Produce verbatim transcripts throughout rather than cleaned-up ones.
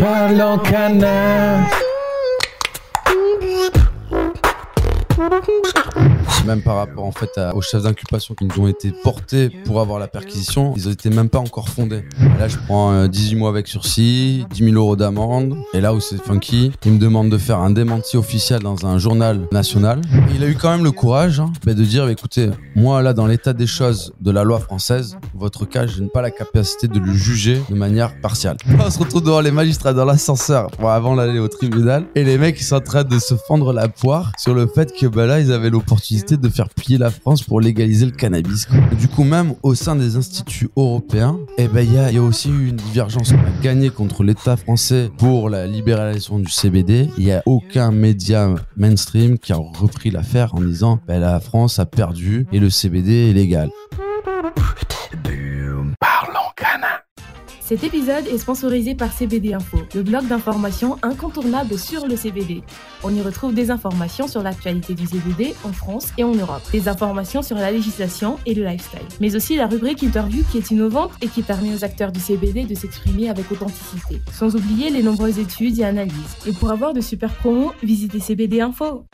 Parlons Cana. Même par rapport en fait à, aux chefs d'inculpation qui nous ont été portés pour avoir la perquisition, ils n'étaient même pas encore fondés. Et là je prends euh, dix-huit mois avec sursis, dix mille euros d'amende. Et là où c'est funky, il me demande de faire un démenti officiel dans un journal national. Et il a eu quand même le courage hein, bah, de dire écoutez, moi là dans l'état des choses de la loi française, votre cas je n'ai pas la capacité de le juger de manière partiale. On se retrouve devant les magistrats dans l'ascenseur bon, avant d'aller au tribunal et les mecs ils sont en train de se fendre la poire sur le fait que bah, là ils avaient l'opportunité de faire plier la France pour légaliser le cannabis. Quoi. Du coup, même au sein des instituts européens, eh ben, il y a, y a aussi eu une divergence. On a gagné contre l'État français pour la libéralisation du C B D. Il n'y a aucun média mainstream qui a repris l'affaire en disant ben, la France a perdu et le C B D est légal. Parlons Cana. Cet épisode est sponsorisé par C B D Info, le blog d'informations incontournable sur le C B D. On y retrouve des informations sur l'actualité du C B D en France et en Europe, des informations sur la législation et le lifestyle, mais aussi la rubrique interview qui est innovante et qui permet aux acteurs du C B D de s'exprimer avec authenticité, sans oublier les nombreuses études et analyses. Et pour avoir de super promos, visitez C B D Info.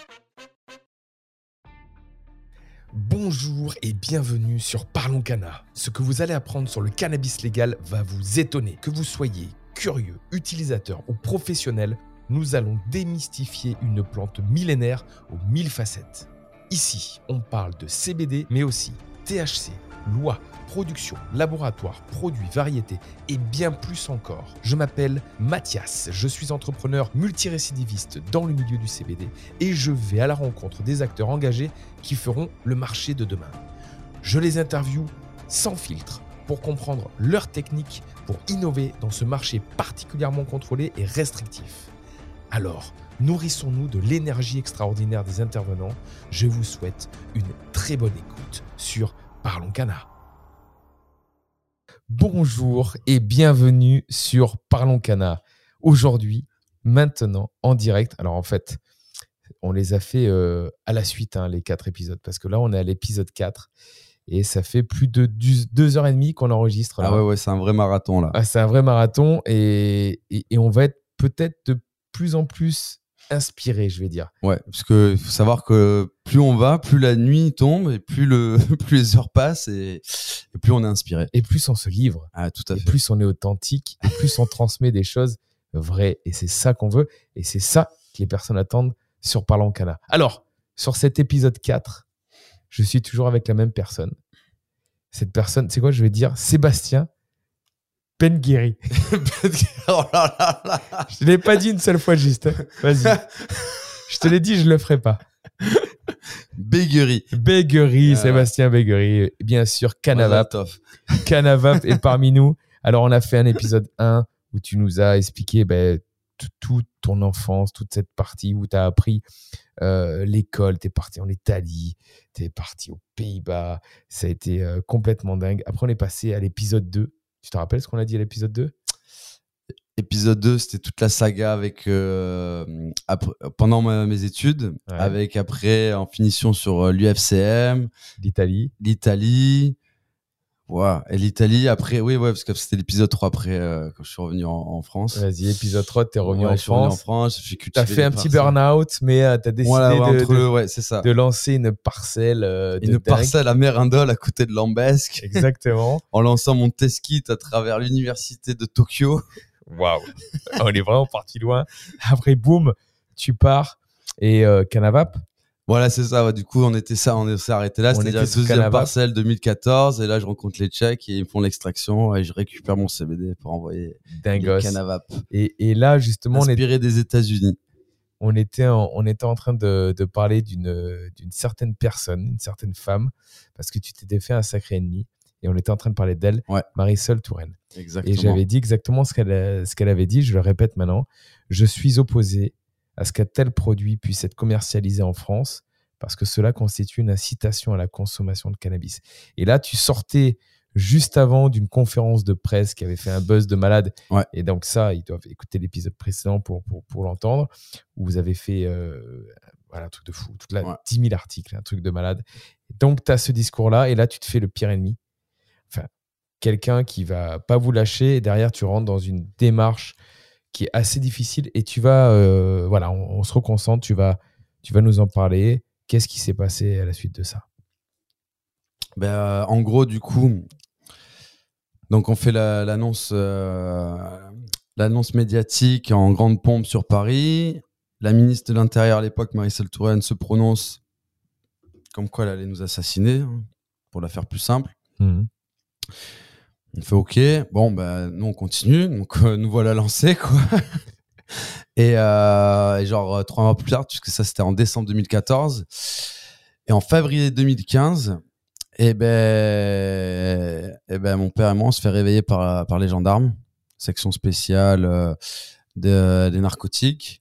Bonjour et bienvenue sur Parlons Cana. Ce que vous allez apprendre sur le cannabis légal va vous étonner. Que vous soyez curieux, utilisateur ou professionnel, nous allons démystifier une plante millénaire aux mille facettes. Ici, on parle de C B D, mais aussi T H C, loi, production, laboratoire, produits, variétés et bien plus encore. Je m'appelle Mathias, je suis entrepreneur multirécidiviste dans le milieu du C B D et je vais à la rencontre des acteurs engagés qui feront le marché de demain. Je les interviewe sans filtre pour comprendre leurs techniques pour innover dans ce marché particulièrement contrôlé et restrictif. Alors, nourrissons-nous de l'énergie extraordinaire des intervenants. Je vous souhaite une très bonne écoute sur Parlons Cana. Bonjour et bienvenue sur Parlons Cana. Aujourd'hui, maintenant, en direct. Alors en fait, on les a fait euh, à la suite, hein, les quatre épisodes, parce que là, on est à l'épisode quatre et ça fait plus de deux heures et demie qu'on enregistre. Là. Ah ouais, ouais, c'est un vrai marathon là. Ah, c'est un vrai marathon et, et, et on va être peut-être de plus en plus inspiré, je vais dire. Ouais, parce que faut savoir que plus on va, plus la nuit tombe et plus le plus les heures passent et, et plus on est inspiré. Et plus on se livre. Ah, tout à et fait. Plus on est authentique et plus on transmet des choses vraies. Et c'est ça qu'on veut et c'est ça que les personnes attendent sur Parlons Cana. Alors, sur cet épisode quatre, je suis toujours avec la même personne. Cette personne, c'est quoi je vais dire Sébastien Benguiri. Oh là là là. Je ne l'ai pas dit une seule fois juste. Vas-y. Je te l'ai dit, je ne le ferai pas. Béguerie. Béguerie, Euh... Sébastien Béguerie. Bien sûr, Canavap. Ouais, Canavap est parmi nous. Alors, on a fait un épisode un où tu nous as expliqué ben, toute ton enfance, toute cette partie où tu as appris euh, l'école, tu es parti en Italie, tu es parti aux Pays-Bas. Ça a été euh, complètement dingue. Après, on est passé à l'épisode deux. Tu te rappelles ce qu'on a dit à l'épisode deux ? Épisode deux, c'était toute la saga avec euh, après, pendant ma, mes études, ouais. Avec après en finition sur euh, l'U F C M, l'Italie, l'Italie, ouais, et l'Italie après, oui, ouais, parce que c'était l'épisode trois après euh, quand je suis revenu en, en France. Vas-y, épisode trois, t'es revenu, ouais, en, je suis France. revenu en France. J'ai T'as fait un petit burn-out, mais euh, t'as décidé voilà, ouais, de, entre de, le, ouais, c'est ça. de lancer une parcelle, euh, de une dingue. parcelle à Mérindol à côté de Lambesc. Exactement. En lançant mon test kit à travers l'université de Tokyo. Waouh, on est vraiment parti loin. Après, boum, tu pars et euh, Canavap. Voilà, c'est ça. Ouais. Du coup, on était ça, on s'est arrêté là. On c'était la deuxième Canavap. Parcelle deux mille quatorze. Et là, je rencontre les Tchèques et ils me font l'extraction et je récupère mon C B D pour envoyer Canavap. Et, et là, justement, inspiré on est... des États-Unis. On était en, on était en train de, de parler d'une, d'une certaine personne, une certaine femme, parce que tu t'étais fait un sacré ennemi. Et on était en train de parler d'elle, ouais. Marisol Touraine. Exactement. Et j'avais dit exactement ce qu'elle, ce qu'elle avait dit, je le répète maintenant. Je suis opposé à ce qu'un tel produit puisse être commercialisé en France parce que cela constitue une incitation à la consommation de cannabis. Et là, tu sortais juste avant d'une conférence de presse qui avait fait un buzz de malade. Ouais. Et donc ça, ils doivent écouter l'épisode précédent pour, pour, pour l'entendre, où vous avez fait euh, voilà, un truc de fou, toute la, ouais. dix mille articles, un truc de malade. Donc, tu as ce discours-là et là, tu te fais le pire ennemi. Enfin, quelqu'un qui va pas vous lâcher et derrière tu rentres dans une démarche qui est assez difficile. Et tu vas, euh, voilà, on, on se reconcentre, tu vas, tu vas nous en parler. Qu'est-ce qui s'est passé à la suite de ça? Ben, euh, en gros, du coup, donc on fait la, l'annonce, euh, l'annonce médiatique en grande pompe sur Paris. La ministre de l'Intérieur à l'époque, Marisol Touraine, se prononce comme quoi elle allait nous assassiner, hein, pour la faire plus simple. Mmh. On fait OK. Bon, ben, nous, on continue. Donc, euh, nous voilà lancés, quoi. et, euh, et genre, euh, trois mois plus tard, puisque ça, c'était en décembre deux mille quatorze. Et en février deux mille quinze, eh ben, eh ben, mon père et moi, on se fait réveiller par, par les gendarmes, section spéciale euh, de, des narcotiques.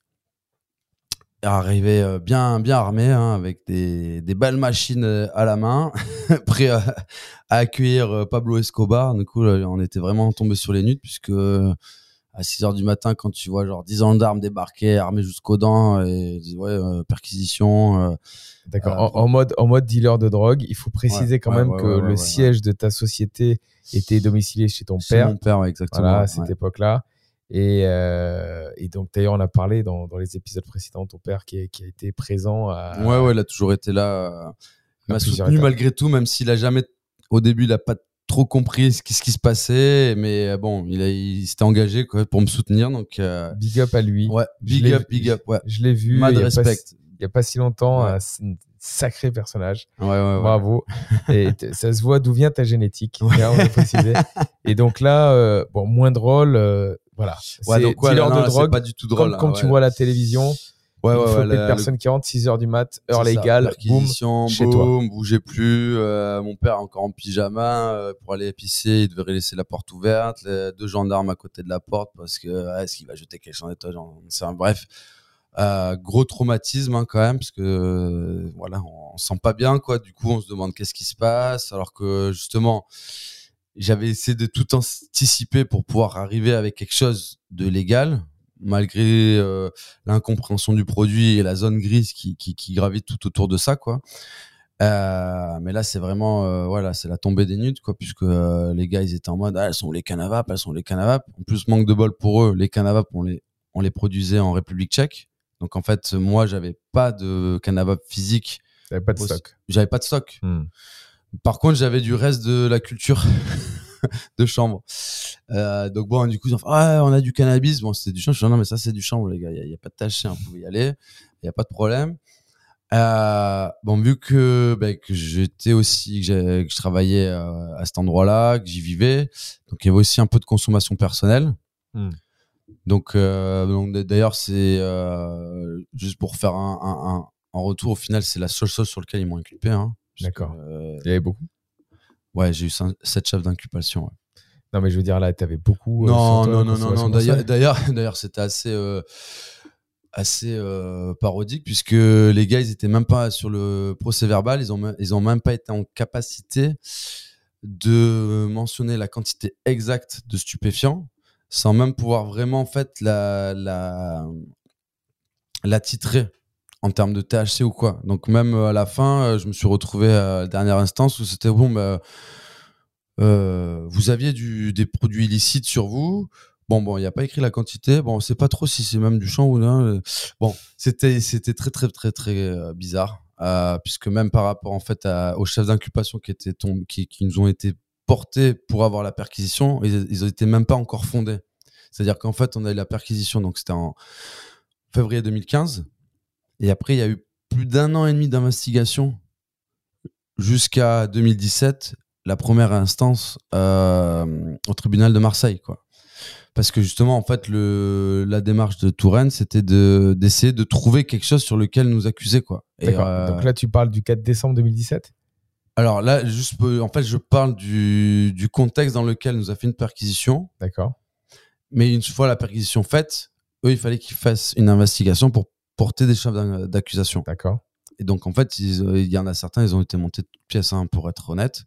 Arrivé euh, bien, bien armé, hein, avec des, des belles machines euh, à la main, prêt à, à accueillir euh, Pablo Escobar. Du coup, là, on était vraiment tombé sur les nuques, puisque euh, à six heures du matin, quand tu vois genre dix gendarmes débarquer, armés jusqu'aux dents, et ouais, euh, perquisition. Euh, D'accord. euh, en, en, mode, en mode dealer de drogue, il faut préciser ouais, quand ouais, même ouais, que ouais, ouais, le ouais, siège ouais. de ta société était domicilié chez ton C'est père. mon père, ouais, exactement. Voilà, à ouais. cette époque-là. Et, euh, et donc, d'ailleurs, on a parlé dans, dans les épisodes précédents, ton père qui, est, qui a été présent. À, Ouais, ouais, il a toujours été là. Il m'a plusieurs soutenu étapes. malgré tout, même s'il a jamais, au début, il a pas trop compris ce qui, ce qui se passait. Mais bon, il, a, il s'était engagé, quoi, pour me soutenir. Donc, euh, Big up à lui. ouais, Je big l'ai- up, big up, ouais. Je l'ai vu Mad il y a pas respect. si- il n'y a pas si longtemps, Ouais. un s- un sacré personnage. Ouais, ouais, ouais. Bravo. Et t- ça se voit d'où vient ta génétique. Ouais. Là, on va préciser. Et donc là, euh, bon, moins drôle. euh, voilà. Ouais, C'est donc, ouais, dealer là, non, de là, c'est drogue. pas du tout drôle. Comme quand hein, tu ouais. vois à la télévision, Ouais, une ouais, ouais, flopée la- de personnes qui rentrent six heures du mat, heure C'est ça, légale, boum. perquisition, chez boum, bougez plus. Euh, mon père encore en pyjama euh, pour aller pisser, il devrait laisser la porte ouverte. Les deux gendarmes à côté de la porte parce que ouais, est-ce qu'il va jeter quelque chose en étage. C'est un bref, euh, gros traumatisme, hein, quand même, parce que euh, voilà, on, on se sent pas bien, quoi. Du coup, on se demande qu'est-ce qui se passe, alors que justement, j'avais essayé de tout anticiper pour pouvoir arriver avec quelque chose de légal, malgré euh, l'incompréhension du produit et la zone grise qui, qui, qui gravite tout autour de ça, quoi. Euh, mais là, c'est vraiment, euh, voilà, c'est la tombée des nudes, quoi, puisque euh, les gars, ils étaient en mode, ah, elles sont les canavapes, elles sont les canavapes. En plus, manque de bol pour eux, les canavapes, on les, on les produisait en République tchèque. Donc, en fait, moi, j'avais pas de canavapes physique. T'avais pas de stock. J'avais pas de stock. Hmm. Par contre, j'avais du reste de la culture de chambre. Euh, donc bon, du coup, ils ont fait, ah, on a du cannabis. Bon, c'était du chanvre. Je dis, non, mais ça, c'est du chanvre, les gars. Il n'y a, a pas de tache, hein, vous pouvez y aller. Il n'y a pas de problème. Euh, bon, vu que, ben, que j'étais aussi, que, j'ai, que je travaillais euh, à cet endroit-là, que j'y vivais, donc il y avait aussi un peu de consommation personnelle. Hmm. Donc, euh, donc d'ailleurs, c'est euh, juste pour faire un, un, un, un retour. Au final, c'est la seule chose sur laquelle ils m'ont inculpé. Hein, D'accord. Que, euh, Il y avait beaucoup. Ouais, j'ai eu sept chefs d'inculpation. Ouais. Non, mais je veux dire, là, t'avais beaucoup. euh, Non, sur toi, non, la non, non, consommation non. D'ailleurs, personnelle. d'ailleurs, d'ailleurs, c'était assez, euh, assez euh, parodique puisque les gars, ils étaient même pas sur le procès verbal. Ils ont, ils ont même pas été en capacité de mentionner la quantité exacte de stupéfiants, sans même pouvoir vraiment en fait la, la, la titrer en termes de T H C ou quoi. Donc même à la fin, je me suis retrouvé à la dernière instance où c'était bon, bah, euh, vous aviez du, des produits illicites sur vous. Bon, bon, il n'y a pas écrit la quantité. Bon, on sait pas trop si c'est même du champ ou non. Bon, c'était, c'était très, très, très, très euh, bizarre. Euh, puisque même par rapport, en fait, à, aux chefs d'inculpation qui étaient tombés, qui, qui nous ont été portés pour avoir la perquisition, ils, ils étaient même pas encore fondés. C'est-à-dire qu'en fait, on a eu la perquisition, donc c'était en février deux mille quinze. Et après, il y a eu plus d'un an et demi d'investigation jusqu'à deux mille dix-sept, la première instance euh, au tribunal de Marseille, quoi. Parce que justement, en fait, le, la démarche de Touraine, c'était de, d'essayer de trouver quelque chose sur lequel nous accuser, quoi. Et, D'accord. euh, Donc là, tu parles du quatre décembre deux mille dix-sept. alors là, juste, en fait, je parle du, du contexte dans lequel nous a fait une perquisition. D'accord. Mais une fois la perquisition faite, eux, il fallait qu'ils fassent une investigation pour porter des chefs d'accusation. D'accord. Et donc, en fait, ils, il y en a certains, ils ont été montés de toutes pièces, hein, pour être honnête.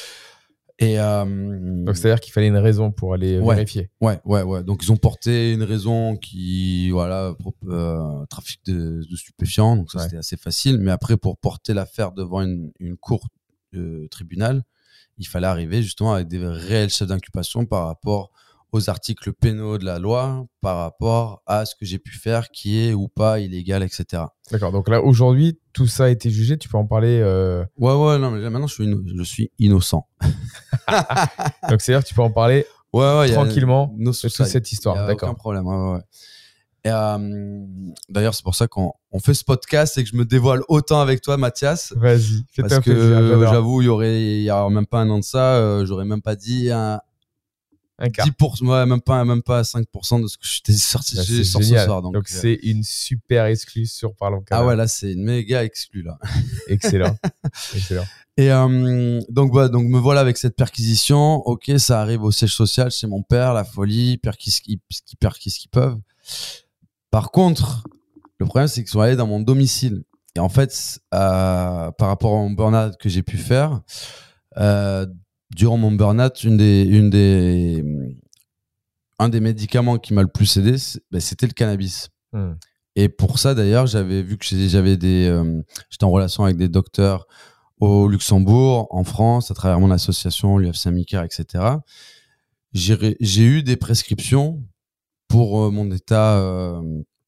Et euh, Donc, c'est-à-dire qu'il fallait une raison pour aller Ouais. vérifier. ouais, ouais, ouais. Donc, ils ont porté une raison qui, voilà, pro- euh, trafic de, de stupéfiants. Donc, ça, Ouais. c'était assez facile. Mais après, pour porter l'affaire devant une, une cour de tribunal, il fallait arriver justement avec des réels chefs d'inculpation par rapport aux articles pénaux de la loi par rapport à ce que j'ai pu faire qui est ou pas illégal, et cetera. D'accord, donc là, aujourd'hui, tout ça a été jugé, tu peux en parler euh... Ouais, ouais, non, mais là, maintenant, je suis, inno- je suis innocent. Donc, c'est-à-dire que tu peux en parler ouais, ouais, tranquillement de toute cette histoire. D'accord. Aucun problème, ouais, ouais, ouais. Et euh, d'ailleurs, c'est pour ça qu'on on fait ce podcast et que je me dévoile autant avec toi, Mathias. Vas-y, fais parce un que plaisir, euh, j'adore. j'avoue, il y aurait, il y a même pas un an de ça, euh, j'aurais même pas dit un, Un quart. dix pour cent, ouais, même pas, même pas cinq pour cent de ce que je t'ai sorti Bah, j'ai c'est sorti ce génial. soir. Donc, Donc euh, c'est une super exclue sur Parlons Cana. ah ouais, là, c'est une méga exclu, là. Excellent. Excellent. Et euh, donc, bah, donc me voilà avec cette perquisition. Ok, ça arrive au siège social chez mon père, la folie, perquis ce qu'ils perquis ce qu'ils peuvent. Par contre, le problème, c'est qu'ils sont allés dans mon domicile. Et en fait, euh, par rapport au burn-out que j'ai pu faire, euh, durant mon burn-out, une des, une des, un des médicaments qui m'a le plus aidé, c'est- ben, c'était le cannabis. Hmm. Et pour ça, d'ailleurs, j'avais vu que j'ai- j'avais des, euh, j'étais en relation avec des docteurs au Luxembourg, en France, à travers mon association, l'U F C Amicaire, et cetera. J'ai, ré- j'ai eu des prescriptions pour euh, mon état, euh,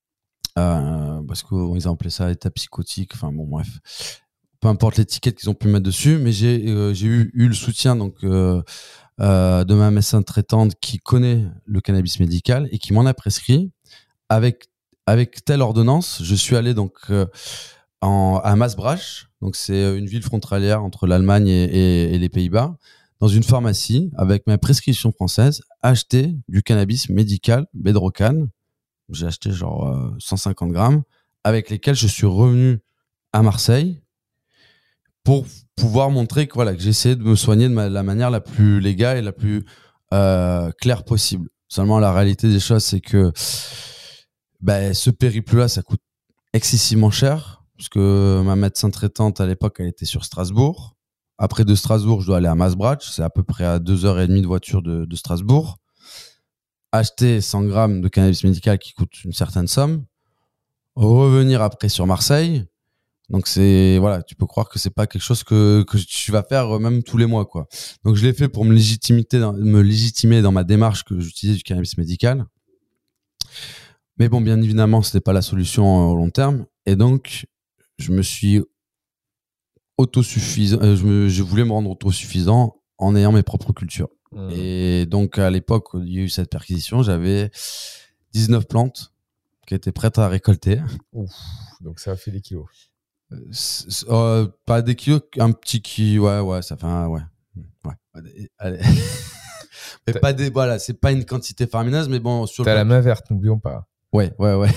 euh, parce qu'ils ont appelé ça état psychotique. Enfin bon, bref, peu importe l'étiquette qu'ils ont pu mettre dessus, mais j'ai euh, j'ai eu, eu le soutien donc euh, euh, de ma médecin traitante qui connaît le cannabis médical et qui m'en a prescrit avec avec telle ordonnance. Je suis allé donc euh, en, à Maasbracht, donc c'est une ville frontalière entre l'Allemagne et, et, et les Pays-Bas, dans une pharmacie avec ma prescription française, acheter du cannabis médical Bedrocan. J'ai acheté genre euh, cent cinquante grammes, avec lesquels je suis revenu à Marseille pour pouvoir montrer que voilà que j'essayais de me soigner de ma, la manière la plus légale et la plus euh, claire possible. Seulement la réalité des choses, c'est que ben, ce périple-là, ça coûte excessivement cher, parce que ma médecin traitante à l'époque, elle était sur Strasbourg. Après de Strasbourg, je dois aller à Maasbracht, c'est à peu près à deux heures trente de voiture de, de Strasbourg. Acheter cent grammes de cannabis médical qui coûte une certaine somme, revenir après sur Marseille. Donc c'est voilà, tu peux croire que c'est pas quelque chose que que tu vas faire même tous les mois quoi. Donc je l'ai fait pour me légitimer dans, me légitimer dans ma démarche que j'utilisais du cannabis médical. Mais bon, bien évidemment, c'était pas la solution au long terme et donc je me suis autosuffisant euh, je me je voulais me rendre autosuffisant en ayant mes propres cultures. Mmh. Et donc à l'époque où il y a eu cette perquisition, j'avais dix-neuf plantes qui étaient prêtes à récolter. Ouf, donc ça a fait des kilos. C'est, c'est, euh, pas des kilos, un petit qui, ouais, ouais, ça fait un, ouais, ouais. Allez. Mais T'as... pas des, voilà, c'est pas une quantité faramineuse, mais bon, sur T'as le... la main verte, n'oublions pas. Ouais, ouais, ouais.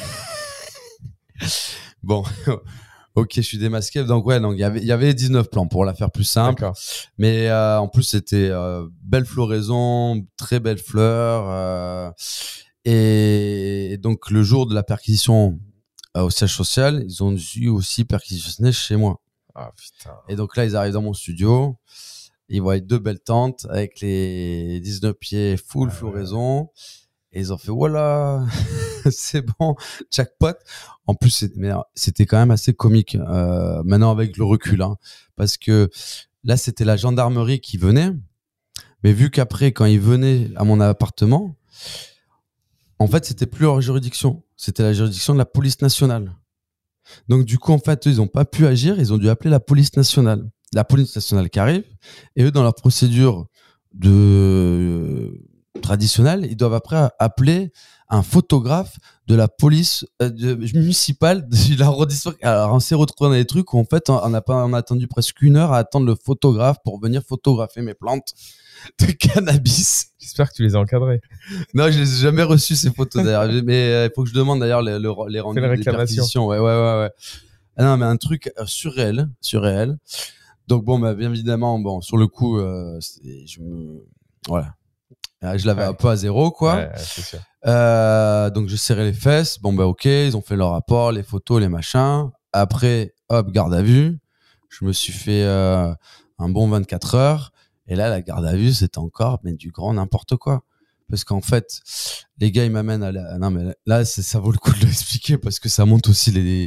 Bon, ok, je suis démasqué. Donc ouais, donc il y avait, il y avait dix-neuf plants pour la faire plus simple. D'accord. Mais euh, en plus c'était euh, belle floraison, très belles fleurs. Euh, et donc le jour de la perquisition au siège social, ils ont dû aussi perquisitionner chez moi. Ah putain. Et donc là, ils arrivent dans mon studio, ils voient deux belles tentes avec les dix-neuf pieds full ah, floraison. Ouais. Et ils ont fait, voilà, c'est bon, jackpot. En plus, c'était, mais c'était quand même assez comique, euh, maintenant avec le recul, hein, parce que là, c'était la gendarmerie qui venait. Mais vu qu'après, quand ils venaient à mon appartement, en fait, c'était plus leur juridiction. C'était la juridiction de la police nationale. Donc, du coup, en fait, eux, ils n'ont pas pu agir. Ils ont dû appeler la police nationale. La police nationale qui arrive. Et eux, dans leur procédure de euh, traditionnelle, ils doivent après appeler un photographe de la police euh, de, municipale de l'arrondissement. Alors, on s'est retrouvé dans des trucs où, en fait, on a, pas, on a attendu presque une heure à attendre le photographe pour venir photographier mes plantes de cannabis. J'espère que tu les as encadrés. Non, je les ai jamais reçus ces photos d'ailleurs. Mais il euh, faut que je demande d'ailleurs les, les, les rendus des perquisitions. Ouais, ouais, ouais, ouais. Ah non, mais un truc euh, surréel, surréel. Donc bon, bah, bien évidemment, bon, sur le coup, euh, je me, voilà, je l'avais ouais. un peu à zéro, quoi. Ouais, c'est sûr. Euh, donc je serrais les fesses. Bon bah ok, ils ont fait leur rapport, les photos, les machins. Après, hop, garde à vue. Je me suis fait euh, un bon vingt-quatre heures. Et là, la garde à vue, c'était encore mais du grand n'importe quoi. Parce qu'en fait, les gars, ils m'amènent à la... Non, mais là, c'est, ça vaut le coup de l'expliquer parce que ça monte aussi les...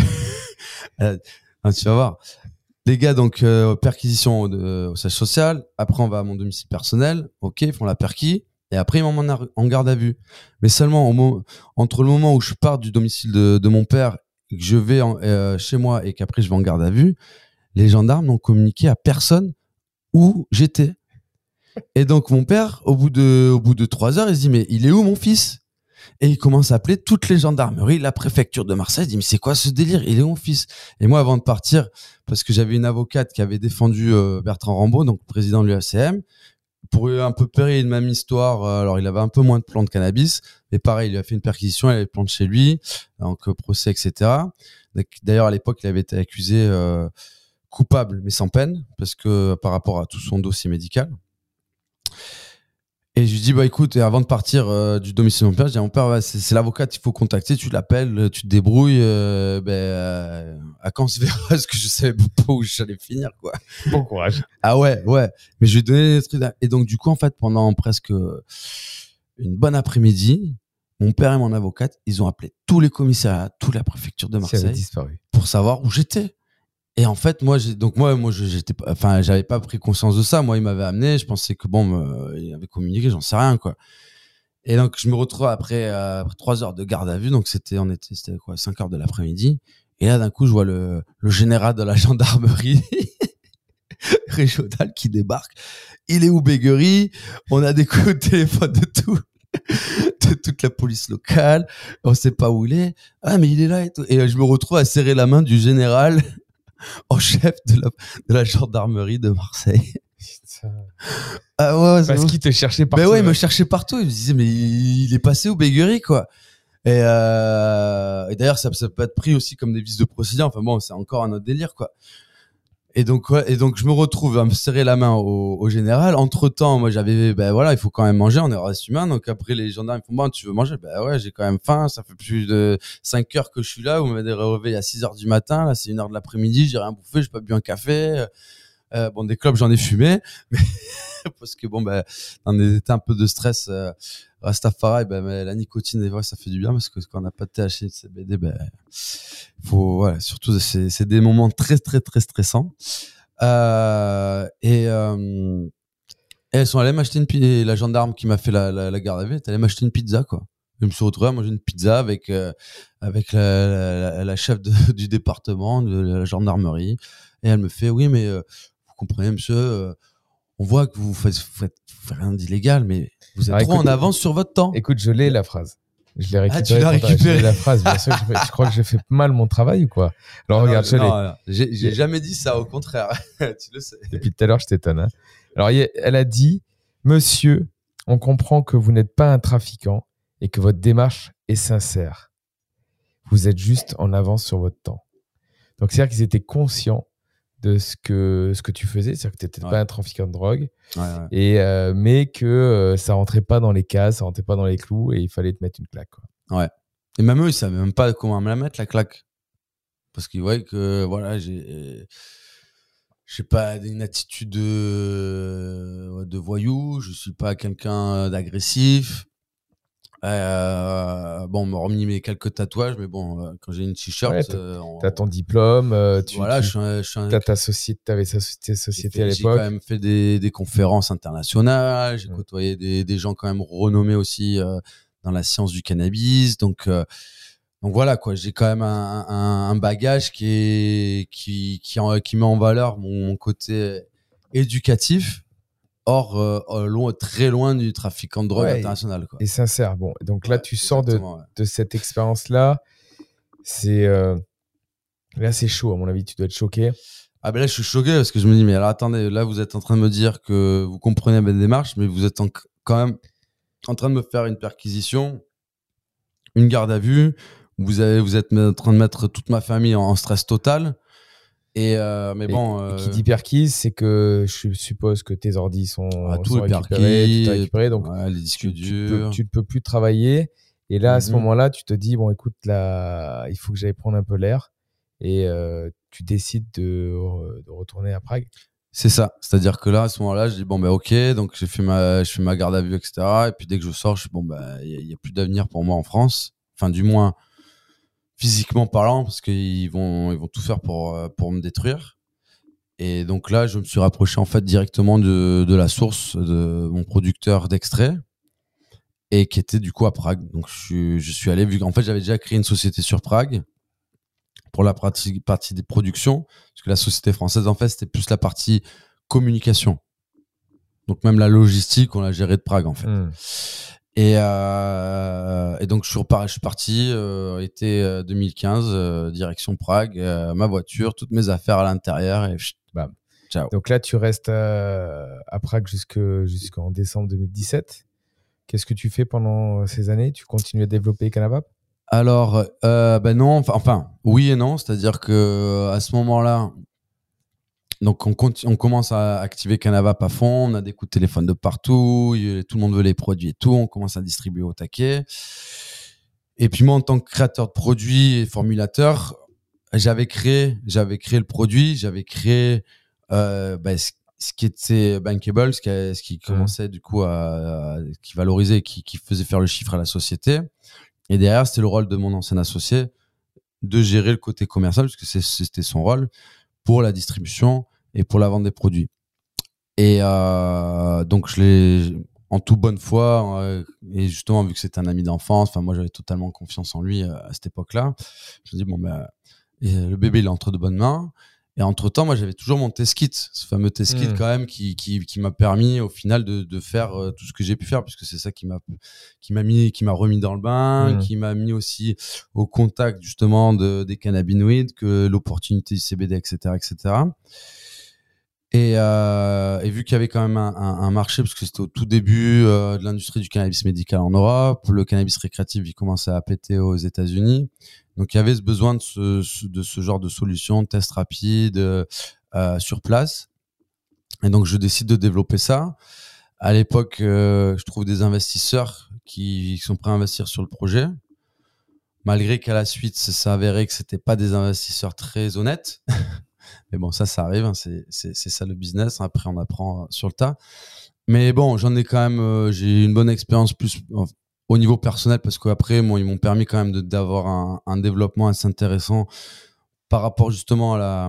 non, tu vas voir. Les gars, donc, euh, perquisition de, au siège social. Après, on va à mon domicile personnel. OK, ils font la perquis. Et après, ils m'emmènent en garde à vue. Mais seulement au moment, entre le moment où je pars du domicile de, de mon père, que je vais en, euh, chez moi et qu'après je vais en garde à vue, les gendarmes n'ont communiqué à personne où j'étais. Et donc mon père, au bout de, au bout de trois heures, il se dit mais il est où mon fils ? Et il commence à appeler toutes les gendarmeries, la préfecture de Marseille. Il dit mais c'est quoi ce délire ? Il est où mon fils ? Et moi, avant de partir, parce que j'avais une avocate qui avait défendu euh, Bertrand Rambaud, donc président de l'U A C M. Pour un peu payer une même histoire, alors il avait un peu moins de plants de cannabis, mais pareil, il lui a fait une perquisition, il avait des plants de chez lui, donc procès, et cetera. D'ailleurs, à l'époque, il avait été accusé euh, coupable, mais sans peine, parce que par rapport à tout son dossier médical. Et je lui dis, bah écoute, et avant de partir euh, du domicile de mon père, je dis à mon père, ouais, c'est, c'est l'avocat qu'il faut contacter, tu l'appelles, tu te débrouilles, euh, ben, euh, à quand on se verra, parce que je savais pas où j'allais finir, quoi. Bon courage. Ah ouais, ouais. Mais je lui ai donné des trucs. Et donc, du coup, en fait, pendant presque une bonne après-midi, mon père et mon avocate, ils ont appelé tous les commissariats, toute la préfecture de Marseille. Ça avait disparu. Pour savoir où j'étais. Et en fait, moi, j'ai, donc moi, moi, j'étais pas, enfin, j'avais pas pris conscience de ça. Moi, il m'avait amené. Je pensais que bon, me, il avait communiqué, j'en sais rien, quoi. Et donc, je me retrouve après, euh, après trois heures de garde à vue. Donc, c'était, on était, c'était quoi, cinq heures de l'après-midi. Et là, d'un coup, je vois le, le général de la gendarmerie, régional, qui débarque. Il est où Béguerie ? On a des coups de téléphone de tout, de toute la police locale. On sait pas où il est. Ah, mais il est là et tout. Et je me retrouve à serrer la main du général en chef de la, de la gendarmerie de Marseille. Putain. Ah ouais, Parce qu'il te cherchait partout. Ben ouais, il me cherchait partout. Il me disait, mais il est passé où Béguerie, quoi. Et, euh, et d'ailleurs, ça, ça peut être pris aussi comme des vices de procédure. Enfin bon, c'est encore un autre délire, quoi. Et donc, ouais, et donc, je me retrouve à me serrer la main au, au général. Entre temps, moi, j'avais, ben voilà, il faut quand même manger, on est reste humain. Donc après, les gendarmes ils font, bon, tu veux manger? Ben ouais, j'ai quand même faim. Ça fait plus de cinq heures que je suis là. Vous m'avez réveillé à six heures du matin. Là, c'est une heure de l'après-midi. J'ai rien bouffé. J'ai pas bu un café. Euh, bon, des clopes, j'en ai fumé. Mais parce que bon, ben, dans des états un peu de stress, euh, Rastafari, ben, mais la nicotine, des fois, ça fait du bien parce que quand on n'a pas de T H C, de C B D, ben, faut, voilà, surtout, c'est, c'est des moments très, très, très stressants. Euh, et, euh, et elles sont allées m'acheter une pizza. La gendarme qui m'a fait la, la, la garde à vue est allée m'acheter une pizza, quoi. Je me suis retrouvé à manger une pizza avec, euh, avec la, la, la chef de, du département, de la gendarmerie. Et elle me fait, oui, mais euh, vous comprenez, monsieur, euh, on voit que vous faites, vous faites, vous faites rien d'illégal, mais vous êtes Alors, trop écoute, en avance sur votre temps. Écoute, je l'ai la phrase. Je l'ai récupérée. Ah, tu l'as pour ta- récupérée. Je l'ai la phrase, bien sûr. Je, fais- je crois que j'ai fait mal mon travail ou quoi? Alors Ah, regarde, non, je l'ai. non, non, j'ai, j'ai jamais dit ça, au contraire. Tu le sais. Depuis tout à l'heure, je t'étonne. Hein. Alors, il y a- elle a dit, monsieur, on comprend que vous n'êtes pas un trafiquant et que votre démarche est sincère. Vous êtes juste en avance sur votre temps. Donc, c'est-à-dire qu'ils étaient conscients de ce que, ce que tu faisais, c'est-à-dire que tu n'étais Ouais. pas un trafiquant de drogue, Ouais, ouais. et, euh, mais que euh, ça rentrait pas dans les cases, ça rentrait pas dans les clous et il fallait te mettre une claque. Quoi. Ouais. Et même eux, ils savaient même pas comment me la mettre, la claque. Parce qu'ils voyaient que, voilà, j'ai, je sais pas, une attitude de, de voyou, je suis pas quelqu'un d'agressif. Euh, bon, on m'a remis mes quelques tatouages, mais bon, euh, quand j'ai une t-shirt, Ouais, t'as- euh, on- Tu as ton diplôme, euh, tu voilà, tu je suis un, je suis un- as ta société, tu avais ta société, j'ai société fait- à j'ai l'époque. quand même fait des, des conférences internationales, j'ai Ouais. côtoyé des, des gens quand même renommés aussi euh, dans la science du cannabis, donc euh, donc voilà quoi, j'ai quand même un, un, un bagage qui est qui qui, en- qui met en valeur mon, mon côté éducatif, hors euh, loin, très loin du trafiquant de drogue Ouais, international quoi. Et sincère. Bon, donc là, Ouais, tu sors de, exactement, ouais. de cette expérience-là. C'est euh, là, c'est chaud. À mon avis, tu dois être choqué. Ah ben là je suis choqué parce que je me dis mais alors attendez, là vous êtes en train de me dire que vous comprenez ma démarche, mais vous êtes en- quand même en train de me faire une perquisition, une garde à vue, vous avez vous êtes en train de mettre toute ma famille en, en stress total. Et euh, mais Et- bon, et euh, qui dit perquise, c'est que je suppose que tes ordis sont, ah, tout sont est récupérés, perquis, tout est récupéré, donc ouais, les disques tu, tu, peux, durs. tu ne peux plus travailler. Et là, à ce Mhm. moment-là, tu te dis, bon, écoute, là, il faut que j'aille prendre un peu l'air. Et euh, tu décides de, de retourner à Prague. C'est ça. C'est-à-dire que là, à ce moment-là, je dis bon ben ok, donc j'ai fait ma, je fais ma garde à vue, et cetera. Et puis dès que je sors, je dis bon ben il y, a- il y a plus d'avenir pour moi en France. Enfin du moins physiquement parlant, parce qu'ils vont ils vont tout faire pour euh, pour me détruire. Et donc là, je me suis rapproché en fait directement de de la source de mon producteur d'extrait. et qui était du coup à Prague. Donc je suis, je suis allé, vu qu'en fait j'avais déjà créé une société sur Prague pour la partie, partie des productions, parce que la société française en fait c'était plus la partie communication. Donc même la logistique on l'a gérée de Prague en fait. Mmh. Et, euh, et donc je suis, repar- je suis parti euh, été deux mille quinze, euh, direction Prague, euh, ma voiture, toutes mes affaires à l'intérieur et chut, bam, ciao. Donc là tu restes à, à Prague jusque, jusqu'en décembre deux mille dix-sept. Qu'est-ce que tu fais pendant ces années? Tu continues à développer Canavap? Alors, euh, ben non, enfin, enfin, oui et non. C'est-à-dire que à ce moment-là, donc on, continue, on commence à activer Canavap à fond. On a des coups de téléphone de partout. Y, tout le monde veut les produits et tout. On commence à distribuer au taquet. Et puis moi, en tant que créateur de produits et formulateur, j'avais créé, j'avais créé le produit, j'avais créé euh, ben, ce, ce qui était bankable, ce qui, a, ce qui commençait du coup à, à qui valorisait, qui, qui faisait faire le chiffre à la société. Et derrière, c'était le rôle de mon ancien associé de gérer le côté commercial, parce que c'est, c'était son rôle pour la distribution et pour la vente des produits. Et euh, donc, je l'ai en toute bonne foi, euh, et justement, vu que c'était un ami d'enfance, enfin, moi, j'avais totalement confiance en lui euh, à cette époque-là. Je me dis, bon, ben, le bébé, il est entre de bonnes mains. Et entre-temps, moi, j'avais toujours mon test kit, ce fameux test kit mmh. quand même, qui, qui, qui m'a permis au final de, de faire euh, tout ce que j'ai pu faire, puisque c'est ça qui m'a, qui m'a mis, qui m'a remis dans le bain, mmh. qui m'a mis aussi au contact justement de, des cannabinoïdes, que l'opportunité du C B D, et cetera, et cetera. Et, euh, et vu qu'il y avait quand même un, un, un marché, parce que c'était au tout début euh, de l'industrie du cannabis médical en Europe, le cannabis récréatif, il commençait à péter aux États-Unis. Donc, il y avait ce besoin de ce, de ce genre de solution, test rapide, euh, sur place. Et donc, je décide de développer ça. À l'époque, euh, je trouve des investisseurs qui, qui sont prêts à investir sur le projet. Malgré qu'à la suite, ça s'est avéré que c'était pas des investisseurs très honnêtes. Mais bon, ça, ça arrive. Hein, c'est, c'est, c'est ça le business. Après, on apprend sur le tas. Mais bon, j'en ai quand même, euh, j'ai une bonne expérience plus au niveau personnel, parce qu'après, moi, ils m'ont permis quand même de, d'avoir un, un développement assez intéressant par rapport justement à la,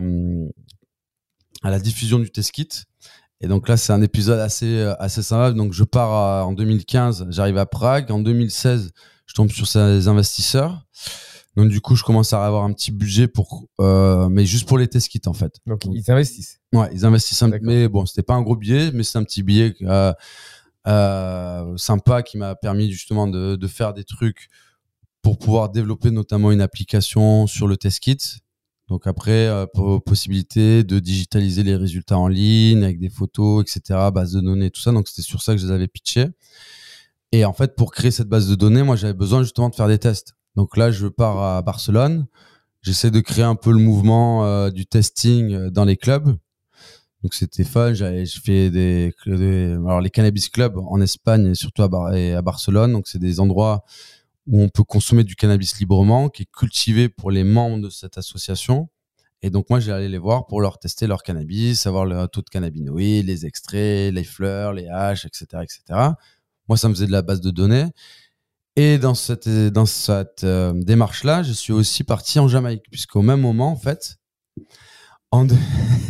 à la diffusion du test kit. Et donc là, c'est un épisode assez, assez sympa. Donc, je pars à, en deux mille quinze, j'arrive à Prague. En deux mille seize, je tombe sur ces investisseurs. Donc, du coup, je commence à avoir un petit budget pour, euh, mais juste pour les test kits, en fait. Donc, ils investissent. Ouais, ils investissent. Un, mais bon, c'était pas un gros billet, mais c'est un petit billet, euh, euh, sympa qui m'a permis justement de, de faire des trucs pour pouvoir développer notamment une application sur le test kit. Donc après, euh, possibilité de digitaliser les résultats en ligne avec des photos, et cetera, base de données, tout ça. Donc c'était sur ça que je les avais pitchés. Et en fait, pour créer cette base de données, moi j'avais besoin justement de faire des tests. Donc là, je pars à Barcelone. J'essaie de créer un peu le mouvement euh, du testing dans les clubs. Donc c'était fun. J'avais, je fais des, des, alors les cannabis clubs en Espagne et surtout à, Bar- et à Barcelone. Donc c'est des endroits où on peut consommer du cannabis librement, qui est cultivé pour les membres de cette association. Et donc moi, j'allais les voir pour leur tester leur cannabis, savoir le taux de cannabinoïdes, les extraits, les fleurs, les haches, et cetera, et cetera. Moi, ça me faisait de la base de données. Et dans cette, dans cette euh, démarche-là, je suis aussi parti en Jamaïque, puisqu'au même moment, en fait, en deux...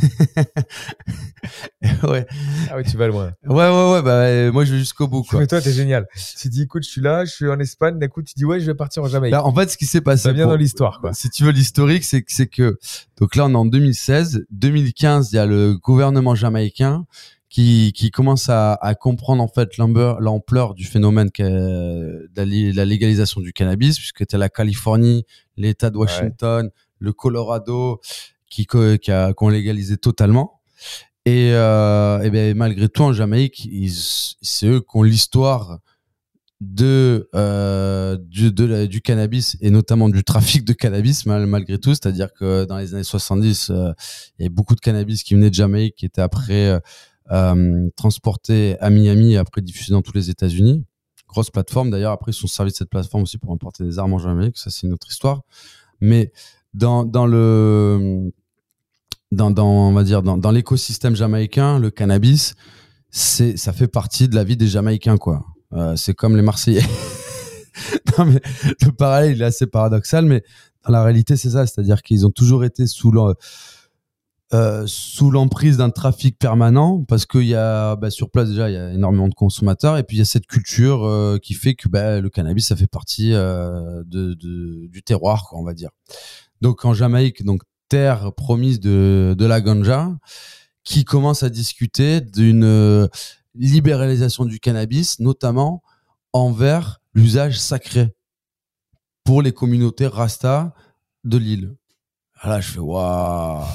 ouais. Ah oui, tu vas loin. Ouais, ouais, ouais, bah, moi, je vais jusqu'au bout, quoi. Mais toi, t'es génial. Tu dis, écoute, je suis là, je suis en Espagne, d'un coup, tu dis, ouais, je vais partir en Jamaïque. Là, en fait, ce qui s'est passé. Ça vient pour... dans l'histoire, quoi. Si tu veux l'historique, c'est, c'est que, donc là, on est en deux mille seize. deux mille quinze, il y a le gouvernement jamaïcain qui, qui commence à, à comprendre, en fait, l'ampleur, l'ampleur du phénomène qu'est la, la légalisation du cannabis, puisque t'as la Californie, l'État de Washington, ouais. le Colorado, qui, qui, a, qui ont légalisé totalement. Et, euh, et ben, malgré tout, en Jamaïque, ils, c'est eux qui ont l'histoire de, euh, du, de la, du cannabis et notamment du trafic de cannabis, mal, malgré tout. C'est-à-dire que dans les années soixante-dix, euh, il y avait beaucoup de cannabis qui venait de Jamaïque, qui était après euh, transporté à Miami et après diffusé dans tous les États-Unis. Grosse plateforme. D'ailleurs, après, ils sont servis de cette plateforme aussi pour importer des armes en Jamaïque. Ça, c'est une autre histoire. Mais dans, dans le... Dans, dans, on va dire, dans, dans l'écosystème jamaïcain, le cannabis, c'est, ça fait partie de la vie des Jamaïcains, quoi. Euh, c'est comme les Marseillais. Non, mais le parallèle, il est assez paradoxal, mais dans la réalité, c'est ça. C'est-à-dire qu'ils ont toujours été sous le, euh, sous l'emprise d'un trafic permanent, parce qu'il y a bah, sur place déjà il y a énormément de consommateurs, et puis il y a cette culture euh, qui fait que bah, le cannabis ça fait partie euh, de, de, du terroir, quoi, on va dire. Donc en Jamaïque, donc terre promise de, de la ganja, qui commence à discuter d'une euh, libéralisation du cannabis, notamment envers l'usage sacré pour les communautés Rasta de l'île. Ah là, je fais waouh,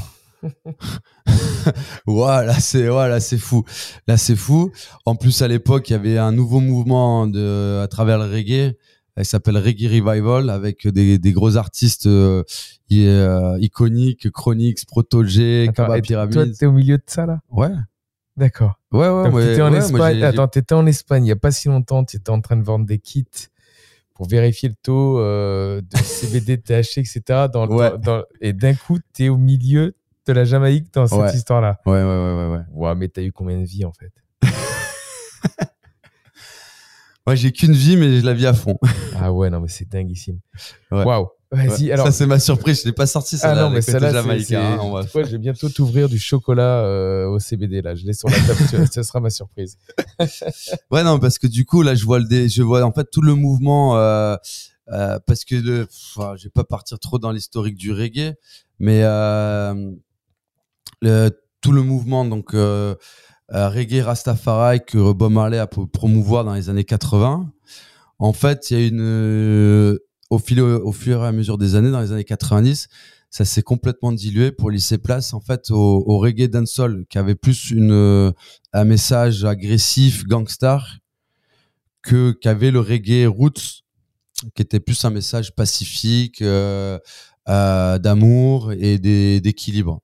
waouh, là c'est ouais, là c'est fou, là c'est fou. En plus à l'époque, il y avait un nouveau mouvement de à travers le reggae, il s'appelle Reggae Revival, avec des, des gros artistes euh, euh, iconiques, Chronix, Proto-G, Kaba Pyramid. Toi, t'es au milieu de ça là? Ouais. D'accord. Ouais, ouais. Donc, ouais, t'étais en ouais, Espagne. moi, j'ai, Attends, t'étais en Espagne il y a pas si longtemps. T'étais en train de vendre des kits pour vérifier le taux euh, de C B D, T H C, et cetera. Dans, Ouais. dans, dans, et d'un coup, t'es au milieu de la Jamaïque dans cette Ouais. histoire-là. Ouais, ouais, ouais, ouais, ouais. Ouais, mais t'as eu combien de vies en fait? Moi, j'ai qu'une vie, mais je la vis à fond. Ah ouais, non, mais c'est dinguissime. Ouais. Waouh. Vas-y, Ouais. alors. Ça, c'est ma surprise. Je l'ai pas sorti, ça. Ah là, non, mais le côté celle-là, c'est, jamaïcain, c'est, hein, on va- tu vois, je vais bientôt t'ouvrir du chocolat euh, au C B D là. Je l'ai sur la table. tu vois, ce sera ma surprise. Ouais, non, parce que du coup, là, je vois le, dé... je vois en fait tout le mouvement, euh, euh, parce que le, enfin, je vais pas partir trop dans l'historique du reggae, mais euh, le, tout le mouvement, donc euh, euh, reggae Rastafari que Bob Marley a pu promouvoir dans les années quatre-vingts. En fait, il y a une, euh, au fil, au fur et à mesure des années, dans les années quatre-vingt-dix, ça s'est complètement dilué pour laisser place en fait au, au reggae dancehall, qui avait plus une euh, un message agressif, gangstar, que qu'avait le reggae roots, qui était plus un message pacifique, euh, euh, d'amour et des- d'équilibre.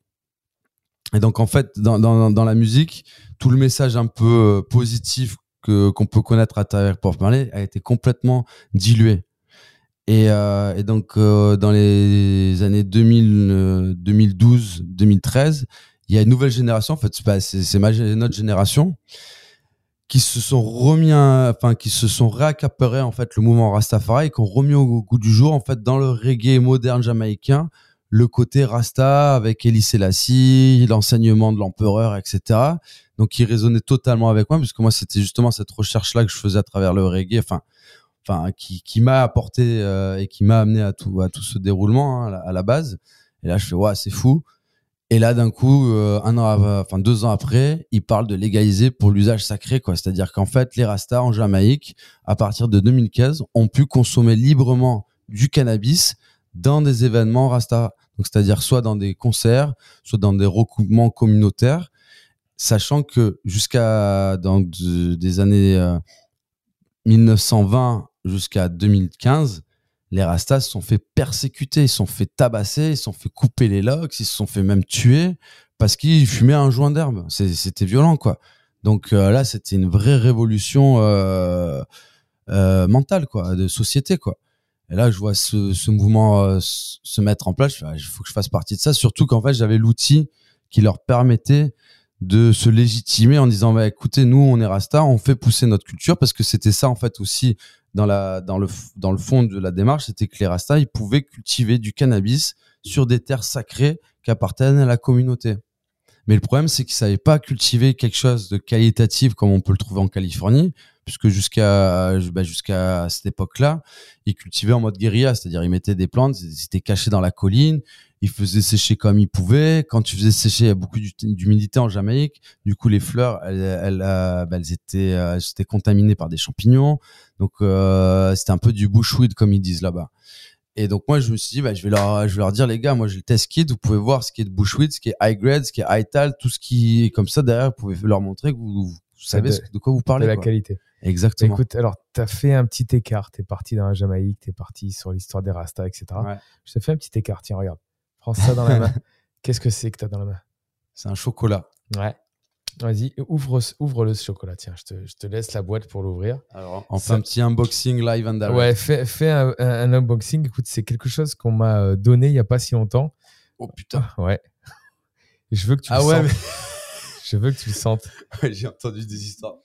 Et donc en fait, dans, dans, dans la musique, tout le message un peu euh, positif que qu'on peut connaître à travers Bob Marley a été complètement dilué. Et, euh, et donc euh, dans les années deux mille, euh, deux mille douze, deux mille treize, il y a une nouvelle génération. En fait, c'est, pas, c'est, c'est ma, notre génération qui se sont remis, un, enfin qui se sont réaccaparés en fait le mouvement Rastafari et qui ont remis au goût du jour en fait dans le reggae moderne jamaïcain le côté Rasta avec Elie Selassie, l'enseignement de l'empereur, et cetera. Donc qui résonnait totalement avec moi, puisque moi c'était justement cette recherche là que je faisais à travers le reggae, enfin enfin qui qui m'a apporté euh, et qui m'a amené à tout à tout ce déroulement hein, à, la, à la base. Et là je fais ouais c'est fou. Et là d'un coup euh, un an av- enfin deux ans après ils parlent de légaliser pour l'usage sacré quoi. C'est-à-dire qu'en fait les Rastas en Jamaïque à partir de deux mille quinze ont pu consommer librement du cannabis dans des événements Rasta. Donc c'est-à-dire soit dans des concerts, soit dans des recoupements communautaires, sachant que jusqu'à dans de- des années euh, mille neuf cent vingt jusqu'à deux mille quinze, les Rastas se sont fait persécuter, ils se sont fait tabasser, ils se sont fait couper les locks, ils se sont fait même tuer parce qu'ils fumaient un joint d'herbe. C'est- C'était violent, quoi. Donc euh, là, c'était une vraie révolution euh, euh, mentale, quoi, de société, quoi. Et là, je vois ce, ce mouvement euh, s- se mettre en place. Je fais, ah, il faut que je fasse partie de ça. Surtout qu'en fait, j'avais l'outil qui leur permettait de se légitimer en disant bah, écoutez, nous, on est Rasta, on fait pousser notre culture parce que c'était ça, en fait, aussi dans, la, dans, le, f- dans le fond de la démarche, c'était que les Rastas, ils pouvaient cultiver du cannabis sur des terres sacrées qui appartiennent à la communauté. Mais le problème, c'est qu'ils savaient pas cultiver quelque chose de qualitatif comme on peut le trouver en Californie, puisque jusqu'à bah, jusqu'à cette époque-là, ils cultivaient en mode guérilla, c'est-à-dire ils mettaient des plantes, ils étaient cachés dans la colline, ils faisaient sécher comme ils pouvaient. Quand tu faisais sécher, il y a beaucoup d'humidité en Jamaïque, du coup les fleurs, elles, elles, euh, bah, elles étaient, euh, elles étaient contaminées par des champignons, donc euh, c'était un peu du bushweed comme ils disent là-bas. Et donc moi je me suis dit bah, je vais leur je vais leur dire les gars, moi j'ai le test kit, vous pouvez voir ce qui est de bushweed, ce qui est high grade, ce qui est high tal, tout ce qui est comme ça derrière, vous pouvez leur montrer que vous, vous savez de, ce- de quoi vous parlez de la quoi. qualité. Exactement. Écoute, alors t'as fait un petit écart, t'es parti dans la Jamaïque, t'es parti sur l'histoire des Rastas, et cetera. Ouais. Je te fais un petit écart, tiens regarde, prends ça dans la main. Qu'est-ce que c'est que t'as dans la main? C'est un chocolat. Ouais. Vas-y, ouvre, ouvre-le ce chocolat. Tiens, je te, je te laisse la boîte pour l'ouvrir. Alors, on fait Ça- un petit unboxing live and direct. Ouais, fais, fais un, un- un unboxing. Écoute, c'est quelque chose qu'on m'a euh, donné il n'y a pas si longtemps. Oh putain. Ouais. Et je veux que tu Ah le ouais, sentes. Je veux que tu le sentes. mais... j'ai entendu des histoires.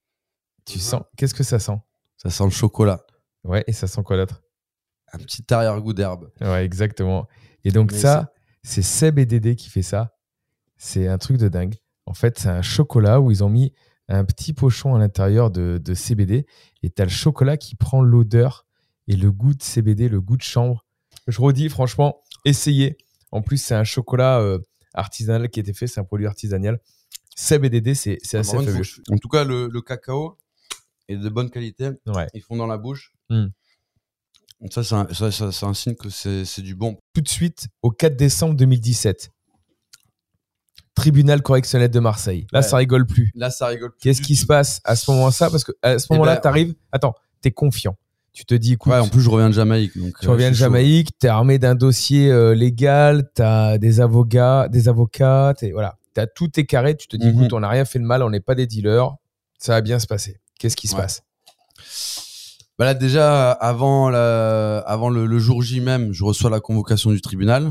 Tu sens. Qu'est-ce que ça sent? Ça sent le chocolat. Ouais, et ça sent quoi d'autre? Un petit arrière-goût d'herbe. Ouais, exactement. Et donc Mais ça, c'est Seb et Dédé qui fait ça. C'est un truc de dingue. En fait, c'est un chocolat où ils ont mis un petit pochon à l'intérieur de, de C B D et tu as le chocolat qui prend l'odeur et le goût de C B D, le goût de chanvre. Je redis, franchement, essayez. En plus, c'est un chocolat euh, artisanal qui a été fait, c'est un produit artisanal. C B D D, c'est, c'est assez fabuleux. En tout cas, le, le cacao est de bonne qualité. Ouais. Ils font dans la bouche. Mm. Ça, c'est un, ça, ça, c'est un signe que c'est, c'est du bon. Tout de suite, au quatre décembre deux mille dix-sept, tribunal correctionnel de Marseille. Là, Ouais. ça rigole plus. Là, ça rigole plus. Qu'est-ce qui se passe à ce moment-là? Parce qu'à ce moment-là, ben, t'arrives. Attends, t'es confiant. Tu te dis, écoute. Ouais, en plus, je reviens de Jamaïque. Donc, Tu euh, reviens de Jamaïque, t'es armé d'un dossier euh, légal, t'as des avocats, des avocats, t'es, voilà. T'as tout est carré. Tu te dis, Mm-hmm. écoute, on n'a rien fait de mal, on n'est pas des dealers. Ça va bien se passer. Qu'est-ce qui se Ouais. passe? Bah là, déjà, avant, la, avant le, le jour J même, je reçois la convocation du tribunal.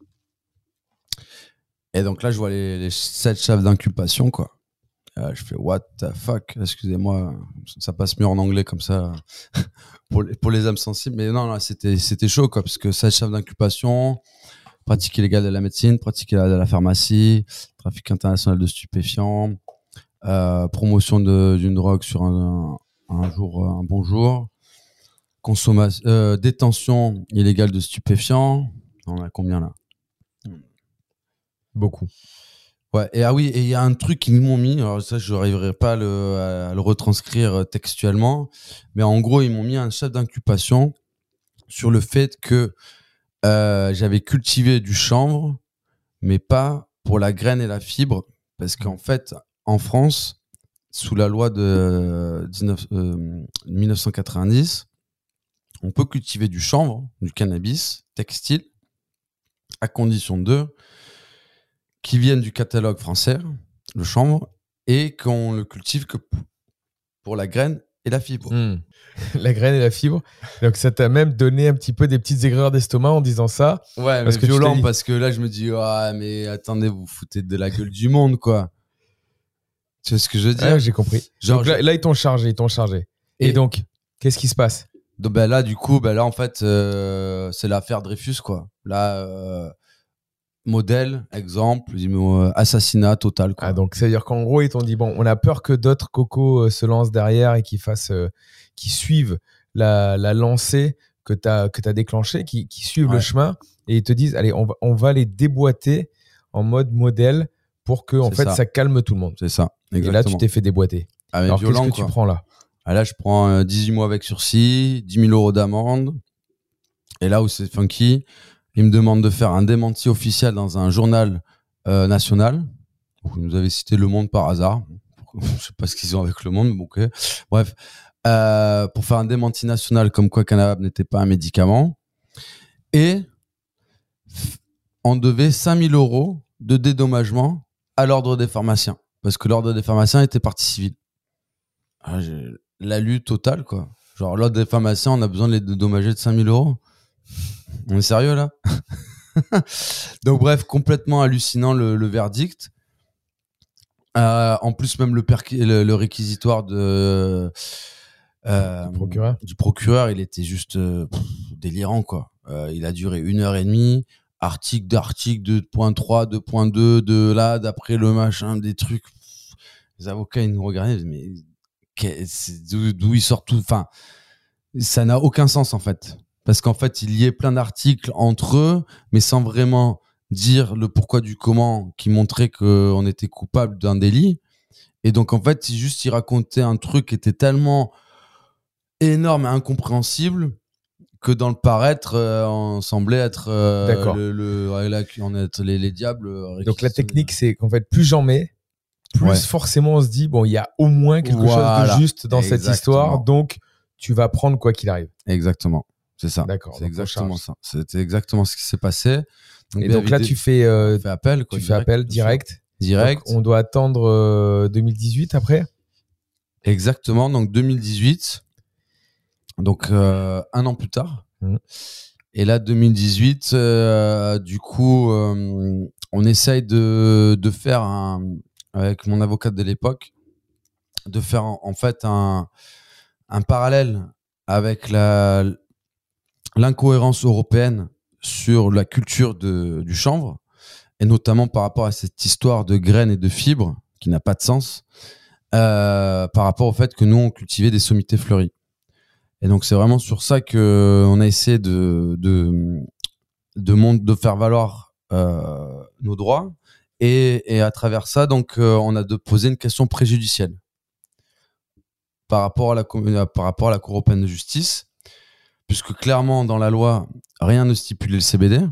Et donc là, je vois les, les sept chefs d'inculpation, quoi. Euh, je fais what the fuck, excusez-moi, ça passe mieux en anglais comme ça pour les, pour les âmes sensibles. Mais non, non, c'était, c'était chaud, quoi, parce que sept chefs d'inculpation, pratique illégale de la médecine, pratique illégale de la pharmacie, trafic international de stupéfiants, euh, promotion de, d'une drogue sur un, un, un jour, un bon jour, consommation, euh, détention illégale de stupéfiants. On a combien là? Beaucoup. Ouais, et ah oui, et il y a un truc qu'ils m'ont mis, alors ça je n'arriverai pas à le, à le retranscrire textuellement, mais en gros ils m'ont mis un chef d'inculpation sur le fait que euh, j'avais cultivé du chanvre, mais pas pour la graine et la fibre, parce qu'en fait, en France, sous la loi de dix-neuf, euh, dix-neuf cent quatre-vingt-dix, on peut cultiver du chanvre, du cannabis textile, à condition de qui viennent du catalogue français, le chanvre, et qu'on le cultive que pour la graine et la fibre. Mmh. La graine et la fibre. Donc ça t'a même donné un petit peu des petites aigreurs d'estomac en disant ça. Ouais, parce mais que violent, dit... parce que là, je me dis, ah, mais attendez, vous foutez de la gueule du monde, quoi. Tu vois ce que je veux dire? Ouais, j'ai compris. Genre, donc là, je... là, ils t'ont chargé, ils t'ont chargé. Et, et donc, qu'est-ce qui se passe? Donc, ben là, du coup, ben là, en fait, euh, c'est l'affaire Dreyfus, quoi. Là, euh, modèle, exemple, euh, assassinat total, quoi. Ah, donc, c'est-à-dire qu'en gros, ils t'ont dit, bon, on a peur que d'autres cocos euh, se lancent derrière et qu'ils fassent, euh, qu'ils suivent la, la lancée que tu as que t'as déclenchée, qui, qui suivent ouais. le chemin, et ils te disent, allez, on va, on va les déboîter en mode modèle pour que, en fait, ça. ça calme tout le monde. C'est ça, exactement. Et là, tu t'es fait déboîter. Ah, alors, violent, qu'est-ce que quoi. tu prends là? Ah, là, je prends euh, dix-huit mois avec sursis, dix mille euros d'amende. Et là où c'est funky, ils me demandent de faire un démenti officiel dans un journal euh, national. Vous nous avez cité Le Monde par hasard. Je sais pas ce qu'ils ont avec Le Monde, mais ok. Bref, euh, pour faire un démenti national comme quoi cannabis n'était pas un médicament. Et on devait cinq mille euros de dédommagement à l'ordre des pharmaciens. Parce que l'ordre des pharmaciens était partie civile. Ah, j'ai la lutte totale, quoi. Genre, l'ordre des pharmaciens, on a besoin de les dédommager de cinq mille euros. On est sérieux, là? Donc, bref, complètement hallucinant le, le verdict. Euh, en plus, même le, perqu- le, le réquisitoire de, euh, du, procureur. du procureur, il était juste euh, pff, délirant, quoi. Euh, il a duré une heure et demie. Article d'article, deux point trois, deux point deux, de là, d'après le machin, des trucs. Pff, les avocats, ils nous regardaient, mais d'où, d'où ils sortent tout. Enfin, ça n'a aucun sens, en fait. Parce qu'en fait, il y a plein d'articles entre eux, mais sans vraiment dire le pourquoi du comment, qui montrait qu'on était coupable d'un délit. Et donc, en fait, juste, il racontait un truc qui était tellement énorme et incompréhensible que dans le paraître, euh, on semblait être, euh, D'accord. Le, le, là, on est les, les diables. Donc, la technique, c'est qu'en fait, plus j'en mets, plus ouais. forcément on se dit, bon, il y a au moins quelque voilà. chose de juste dans Exactement. cette histoire, donc tu vas prendre quoi qu'il arrive. Exactement. C'est ça. D'accord. C'est exactement ça. C'était exactement ce qui s'est passé. Donc, et donc là, tu fais, euh, fais appel, quoi, tu direct, fais appel direct. Direct. Donc, on doit attendre euh, deux mille dix-huit après. Exactement. Donc deux mille dix-huit. Donc euh, un an plus tard. Mmh. Et là, deux mille dix-huit, euh, du coup, euh, on essaye de, de faire un, avec mon avocate de l'époque, de faire en, en fait un, un parallèle avec la l'incohérence européenne sur la culture de, du chanvre et notamment par rapport à cette histoire de graines et de fibres qui n'a pas de sens, euh, par rapport au fait que nous on cultivait des sommités fleuries. Et donc c'est vraiment sur ça que on a essayé de de de, mon- de faire valoir euh, nos droits, et, et à travers ça donc euh, on a de poser une question préjudicielle par rapport à la com- euh, par rapport à la Cour européenne de justice, puisque clairement dans la loi rien ne stipulait le C B D.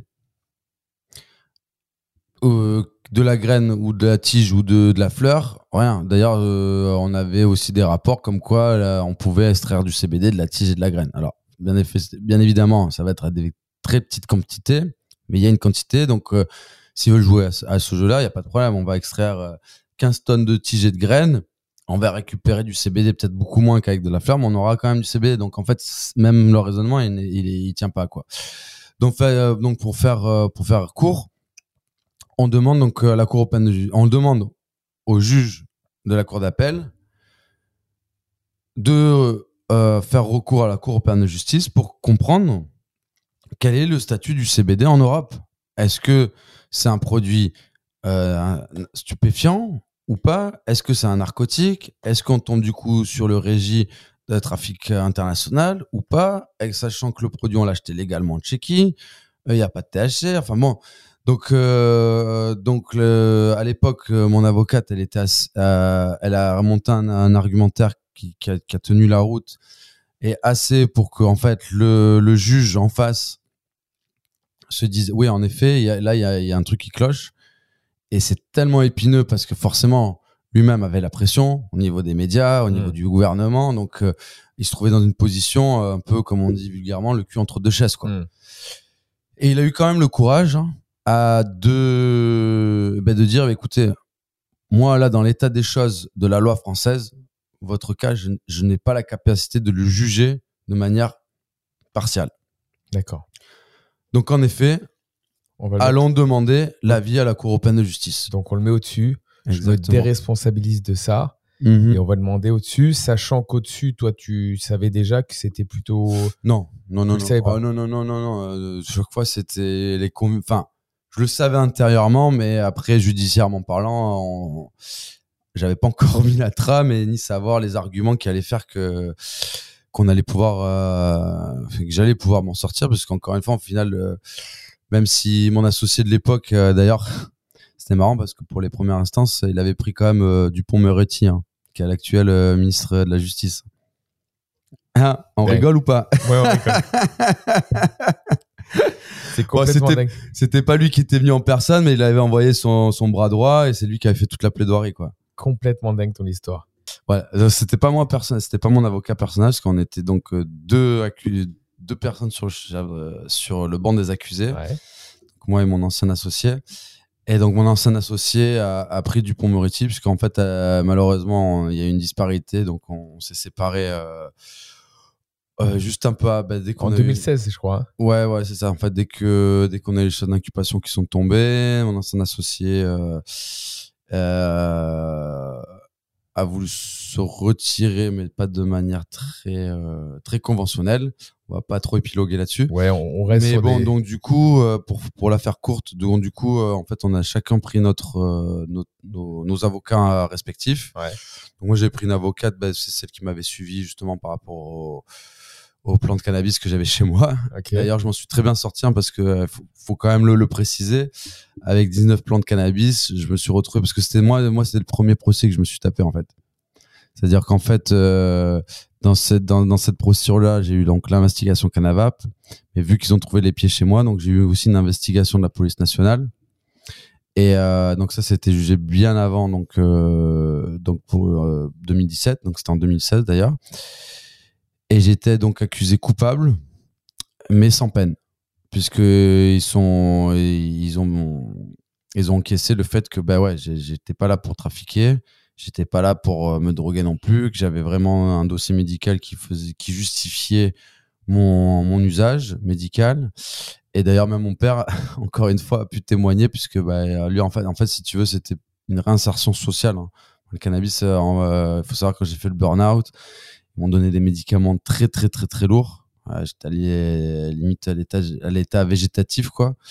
Euh, de la graine ou de la tige ou de, de la fleur, rien. D'ailleurs, euh, on avait aussi des rapports comme quoi là, on pouvait extraire du C B D de la tige et de la graine. Alors, bien, eff- bien évidemment, ça va être à des très petites quantités, mais il y a une quantité. Donc, euh, s'ils veulent jouer à, ce- à ce jeu-là, il n'y a pas de problème. On va extraire euh, quinze tonnes de tige et de graines. On va récupérer du C B D, peut-être beaucoup moins qu'avec de la fleur, mais on aura quand même du C B D. Donc, en fait, c- même le raisonnement, il, n'est- il, est- il tient pas, quoi. Donc, fait, euh, donc pour faire, euh, pour faire court, on demande donc à la Cour européenne de ju- on demande au juge de la Cour d'appel de euh, faire recours à la Cour européenne de justice pour comprendre quel est le statut du C B D en Europe. Est-ce que c'est un produit euh, un- stupéfiant ou pas? Est-ce que c'est un narcotique? Est-ce qu'on tombe du coup sur le régime de trafic international ou pas? Et sachant que le produit on l'a acheté légalement en Tchéquie, il n'y a pas de T H C. Enfin bon. Donc, euh, donc le, à l'époque, euh, mon avocate, elle était, ass- euh, elle a remonté un, un argumentaire qui, qui, a, qui a tenu la route, et assez pour que, en fait, le, le juge en face se dise, oui, en effet, il y a, là, il y a, il y a un truc qui cloche, et c'est tellement épineux parce que forcément, lui-même avait la pression au niveau des médias, au niveau Mmh. du gouvernement, donc euh, il se trouvait dans une position euh, un peu, comme on dit vulgairement, le cul entre deux chaises, quoi. Mmh. Et il a eu quand même le courage, hein, à de, ben de dire, écoutez, moi là dans l'état des choses de la loi française, votre cas, je, je n'ai pas la capacité de le juger de manière partiale. D'accord. Donc en effet, On va le allons demander l'avis à la Cour européenne de justice. Donc on le met au-dessus. Je me Exactement. déresponsabilise de ça. Mhm. Et on va demander au-dessus, sachant qu'au-dessus, toi, tu savais déjà que c'était plutôt. Non, non, non, Tu non. le savais pas. Oh, non, non, non, non, non. Euh, chaque fois, c'était les conv... Enfin, je le savais intérieurement, mais après, judiciairement parlant, on... j'avais pas encore mis la trame et ni savoir les arguments qui allaient faire que qu'on allait pouvoir, euh... que j'allais pouvoir m'en sortir, parce qu'encore une fois, au final, euh... même si mon associé de l'époque, euh, d'ailleurs, c'était marrant parce que pour les premières instances, il avait pris quand même euh, Dupond-Moretti, hein, qui est l'actuel euh, ministre de la Justice. Hein, on Ouais. rigole ou pas? Ouais, on rigole. C'est complètement c'était- dingue. C'était pas lui qui était venu en personne, mais il avait envoyé son, son bras droit, et c'est lui qui avait fait toute la plaidoirie, quoi. Complètement dingue ton histoire. Ouais, euh, c'était pas moi personnel, c'était pas mon avocat personnel, parce qu'on était donc euh, deux accu- deux personnes sur le, ch- euh, sur le banc des accusés, Ouais. donc moi et mon ancien associé. Et donc mon ancien associé a, a pris Dupond-Moretti, puisqu'en fait euh, malheureusement il y a eu une disparité, donc on, on s'est séparés euh, euh, juste un peu à, bah, dès qu'on En a eu- deux mille seize, je crois. hein. Ouais, ouais, c'est ça. En fait, dès que dès qu'on a eu les choses d'incubation qui sont tombées, mon ancien associé euh, euh, a voulu se retirer, mais pas de manière très euh, très conventionnelle. On va pas trop épiloguer là-dessus. Ouais, on, on reste Mais sur bon, des- donc du coup, euh, pour pour la faire courte, donc du coup, euh, en fait, on a chacun pris notre euh, nos, nos, nos avocats respectifs. Ouais. Donc moi, j'ai pris une avocate, bah, c'est celle qui m'avait suivi justement par rapport au, au plan de cannabis que j'avais chez moi. Ok. D'ailleurs, je m'en suis très bien sorti, hein, parce que euh, faut, faut quand même le, le préciser. Avec dix-neuf plants de cannabis, je me suis retrouvé, parce que c'était moi, moi, c'était le premier procès que je me suis tapé, en fait. C'est-à-dire qu'en fait, euh, dans cette dans, dans cette procédure-là, j'ai eu donc l'investigation Canavap, mais vu qu'ils ont trouvé les pieds chez moi, donc j'ai eu aussi une investigation de la police nationale. Et euh, donc ça, c'était jugé bien avant, donc euh, donc pour euh, deux mille dix-sept, donc c'était en deux mille seize d'ailleurs. Et j'étais donc accusé coupable, mais sans peine, puisque ils sont ils ont ils ont encaissé le fait que bah ouais, j'ai- j'étais pas là pour trafiquer. J'étais pas là pour euh, me droguer non plus, que j'avais vraiment un dossier médical qui faisait, qui justifiait mon, mon usage médical. Et d'ailleurs, même mon père, encore une fois, a pu témoigner, puisque bah, lui, en fait, en fait, si tu veux, c'était une réinsertion sociale, hein. Le cannabis, il euh, faut savoir que j'ai fait le burn-out, ils m'ont donné des médicaments très, très, très, très lourds. Ouais, j'étais allé limite à l'état, à l'état végétatif, quoi.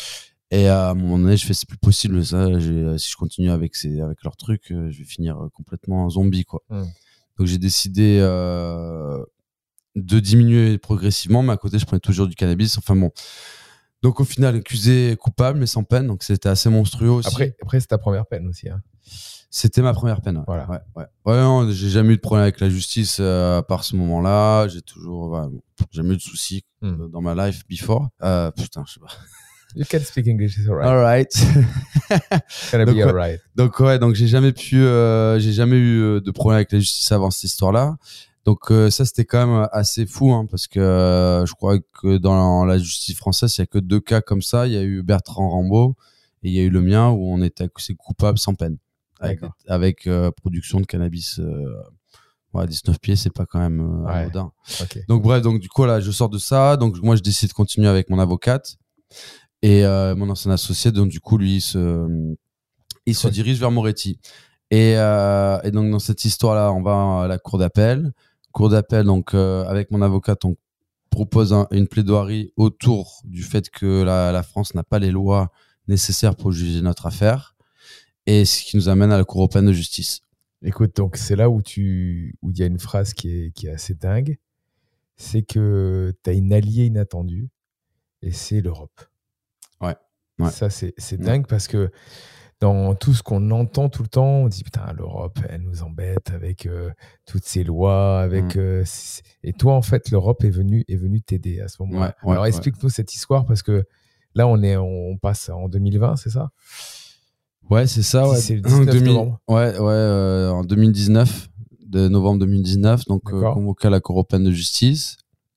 Et à un moment donné, je fais c'est plus possible ça. J'ai, si je continue avec ces, avec leurs trucs, euh, je vais finir complètement zombie quoi. Mm. Donc j'ai décidé euh, de diminuer progressivement, mais à côté je prenais toujours du cannabis. Enfin bon. Donc au final, accusé coupable, mais sans peine. Donc c'était assez monstrueux aussi. Après, après c'est ta première peine aussi. Hein. C'était ma première peine. Ouais. Voilà. Ouais, ouais. Ouais, non, j'ai jamais eu de problème avec la justice euh, à part ce moment-là. J'ai toujours, ouais, bon, j'ai jamais eu de soucis mm. dans ma life before. Euh, putain, je sais pas. You can speak English, it's alright. Alright. Gonna donc, be alright. Ouais, donc ouais, donc j'ai jamais pu, euh, j'ai jamais eu de problème avec la justice avant cette histoire-là. Donc euh, ça c'était quand même assez fou hein, parce que euh, je crois que dans la justice française il y a que deux cas comme ça. Il y a eu Bertrand Rambaud et il y a eu le mien où on était accusé coupable sans peine avec, avec euh, production de cannabis. Euh, ouais, dix-neuf pieds c'est pas quand même euh, ouais. anodin. Okay. Donc bref, donc du coup là je sors de ça. Donc moi je décide de continuer avec mon avocate. Et euh, mon ancien associé, donc du coup, lui, il se, il se dirige vers Moretti. Et, euh, et donc, dans cette histoire-là, on va à la cour d'appel. Cour d'appel, donc, euh, avec mon avocate, on propose un, une plaidoirie autour du fait que la, la France n'a pas les lois nécessaires pour juger notre affaire. Et ce qui nous amène à la Cour européenne de justice. Écoute, donc, c'est là où tu, où il y a une phrase qui est, qui est assez dingue. C'est que tu as une alliée inattendue et c'est l'Europe. Ouais. Ouais. Ça, c'est, c'est dingue ouais. parce que dans tout ce qu'on entend tout le temps, on dit putain, l'Europe, elle nous embête avec euh, toutes ces lois. Avec, mmh. euh, et toi, en fait, l'Europe est venue, est venue t'aider à ce moment-là. Ouais, ouais, Alors, explique-nous ouais. cette histoire parce que là, on, est, on passe en deux mille vingt, c'est ça ? Ouais, c'est ça. Ouais. C'est le dix-neuf deux mille novembre. Ouais, ouais euh, en deux mille dix-neuf, de novembre deux mille dix-neuf, donc euh, convoqué à la Cour européenne de justice.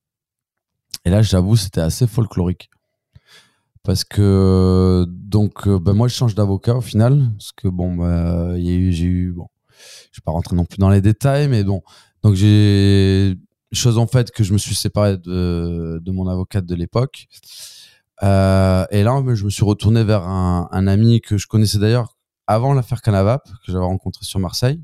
Et là, j'avoue, c'était assez folklorique. Parce que donc ben moi je change d'avocat au final parce que bon bah il y a eu j'ai eu bon je vais pas rentrer non plus dans les détails mais bon donc j'ai chose en fait que je me suis séparé de de mon avocate de l'époque euh, et là je me suis retourné vers un, un ami que je connaissais d'ailleurs avant l'affaire Canavap que j'avais rencontré sur Marseille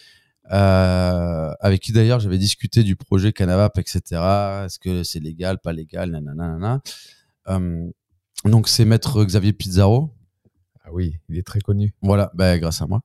euh, avec qui d'ailleurs j'avais discuté du projet Canavap etc est-ce que c'est légal pas légal nanana nanana euh, donc c'est maître Xavier Pizarro. Ah oui, il est très connu. Voilà, bah, grâce à moi.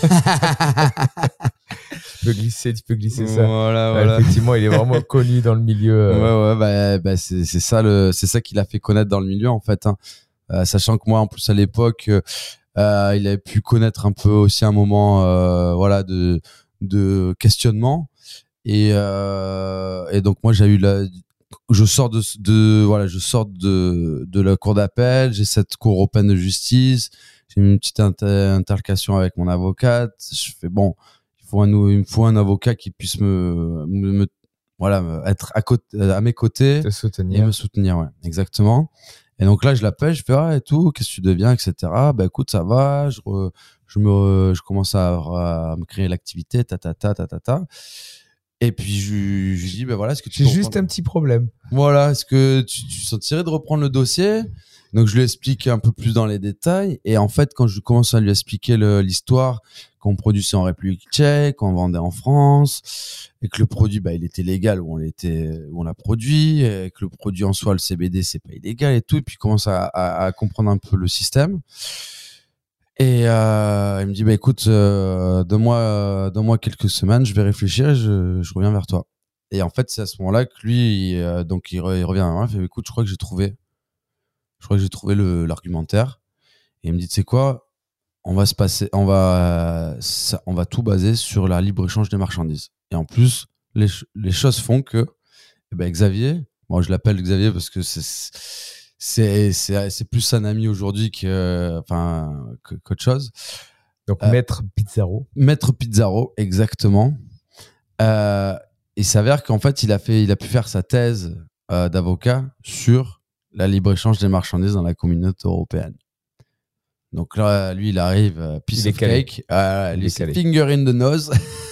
tu peux glisser, tu peux glisser ça. Voilà, ah, voilà. Effectivement, il est vraiment connu dans le milieu. Euh... Ouais, ouais, bah, bah c'est, c'est ça le, c'est ça qui l'a fait connaître dans le milieu en fait. Hein. Euh, sachant que moi, en plus à l'époque, euh, il avait pu connaître un peu aussi un moment, euh, voilà, de, de questionnement. Et, euh, et donc moi, j'ai eu la je sors de, de voilà je sors de de la cour d'appel, j'ai cette cour européenne de justice, j'ai une petite inter- interlocution avec mon avocate, je fais bon il faut un il me faut un avocat qui puisse me, me, me voilà être à côté à mes côtés te soutenir et me soutenir ouais exactement. Et donc là je l'appelle, je fais ah et tout qu'est-ce que tu deviens etc. Bah écoute ça va, je re, je me je commence à, à me créer l'activité ta ta ta ta ta ta. Et puis je, je lui dis ben voilà, est-ce que tu j'ai juste un petit problème. Voilà, est-ce que tu, tu sentirais de reprendre le dossier? Donc je lui explique un peu plus dans les détails et en fait quand je commence à lui expliquer le, l'histoire qu'on produisait en République Tchèque, qu'on vendait en France et que le produit bah il était légal où on l'était où on l'a produit et que le produit en soi le C B D c'est pas illégal et tout et puis il commence à, à, à comprendre un peu le système. Et euh, il me dit bah écoute euh, donne-moi euh, donne-moi quelques semaines, je vais réfléchir et je, je reviens vers toi. Et en fait c'est à ce moment-là que lui il, euh, donc il, re, il revient à moi, il fait écoute je crois que j'ai trouvé je crois que j'ai trouvé le l'argumentaire. Et il me dit tu sais quoi, on va se passer on va ça, on va tout baser sur la libre échange des marchandises. Et en plus les les choses font que eh ben Xavier, moi je l'appelle Xavier parce que c'est C'est, c'est, c'est plus un ami aujourd'hui que, enfin, que, qu'autre chose. Donc, euh, Maître Pizarro. Maître Pizarro, exactement. Euh, il s'avère qu'en fait, il a fait, il a pu faire sa thèse euh, d'avocat sur la libre-échange des marchandises dans la communauté européenne. Donc là, lui, il arrive, euh, piece il of cake. Euh, lui, c'est finger in the nose.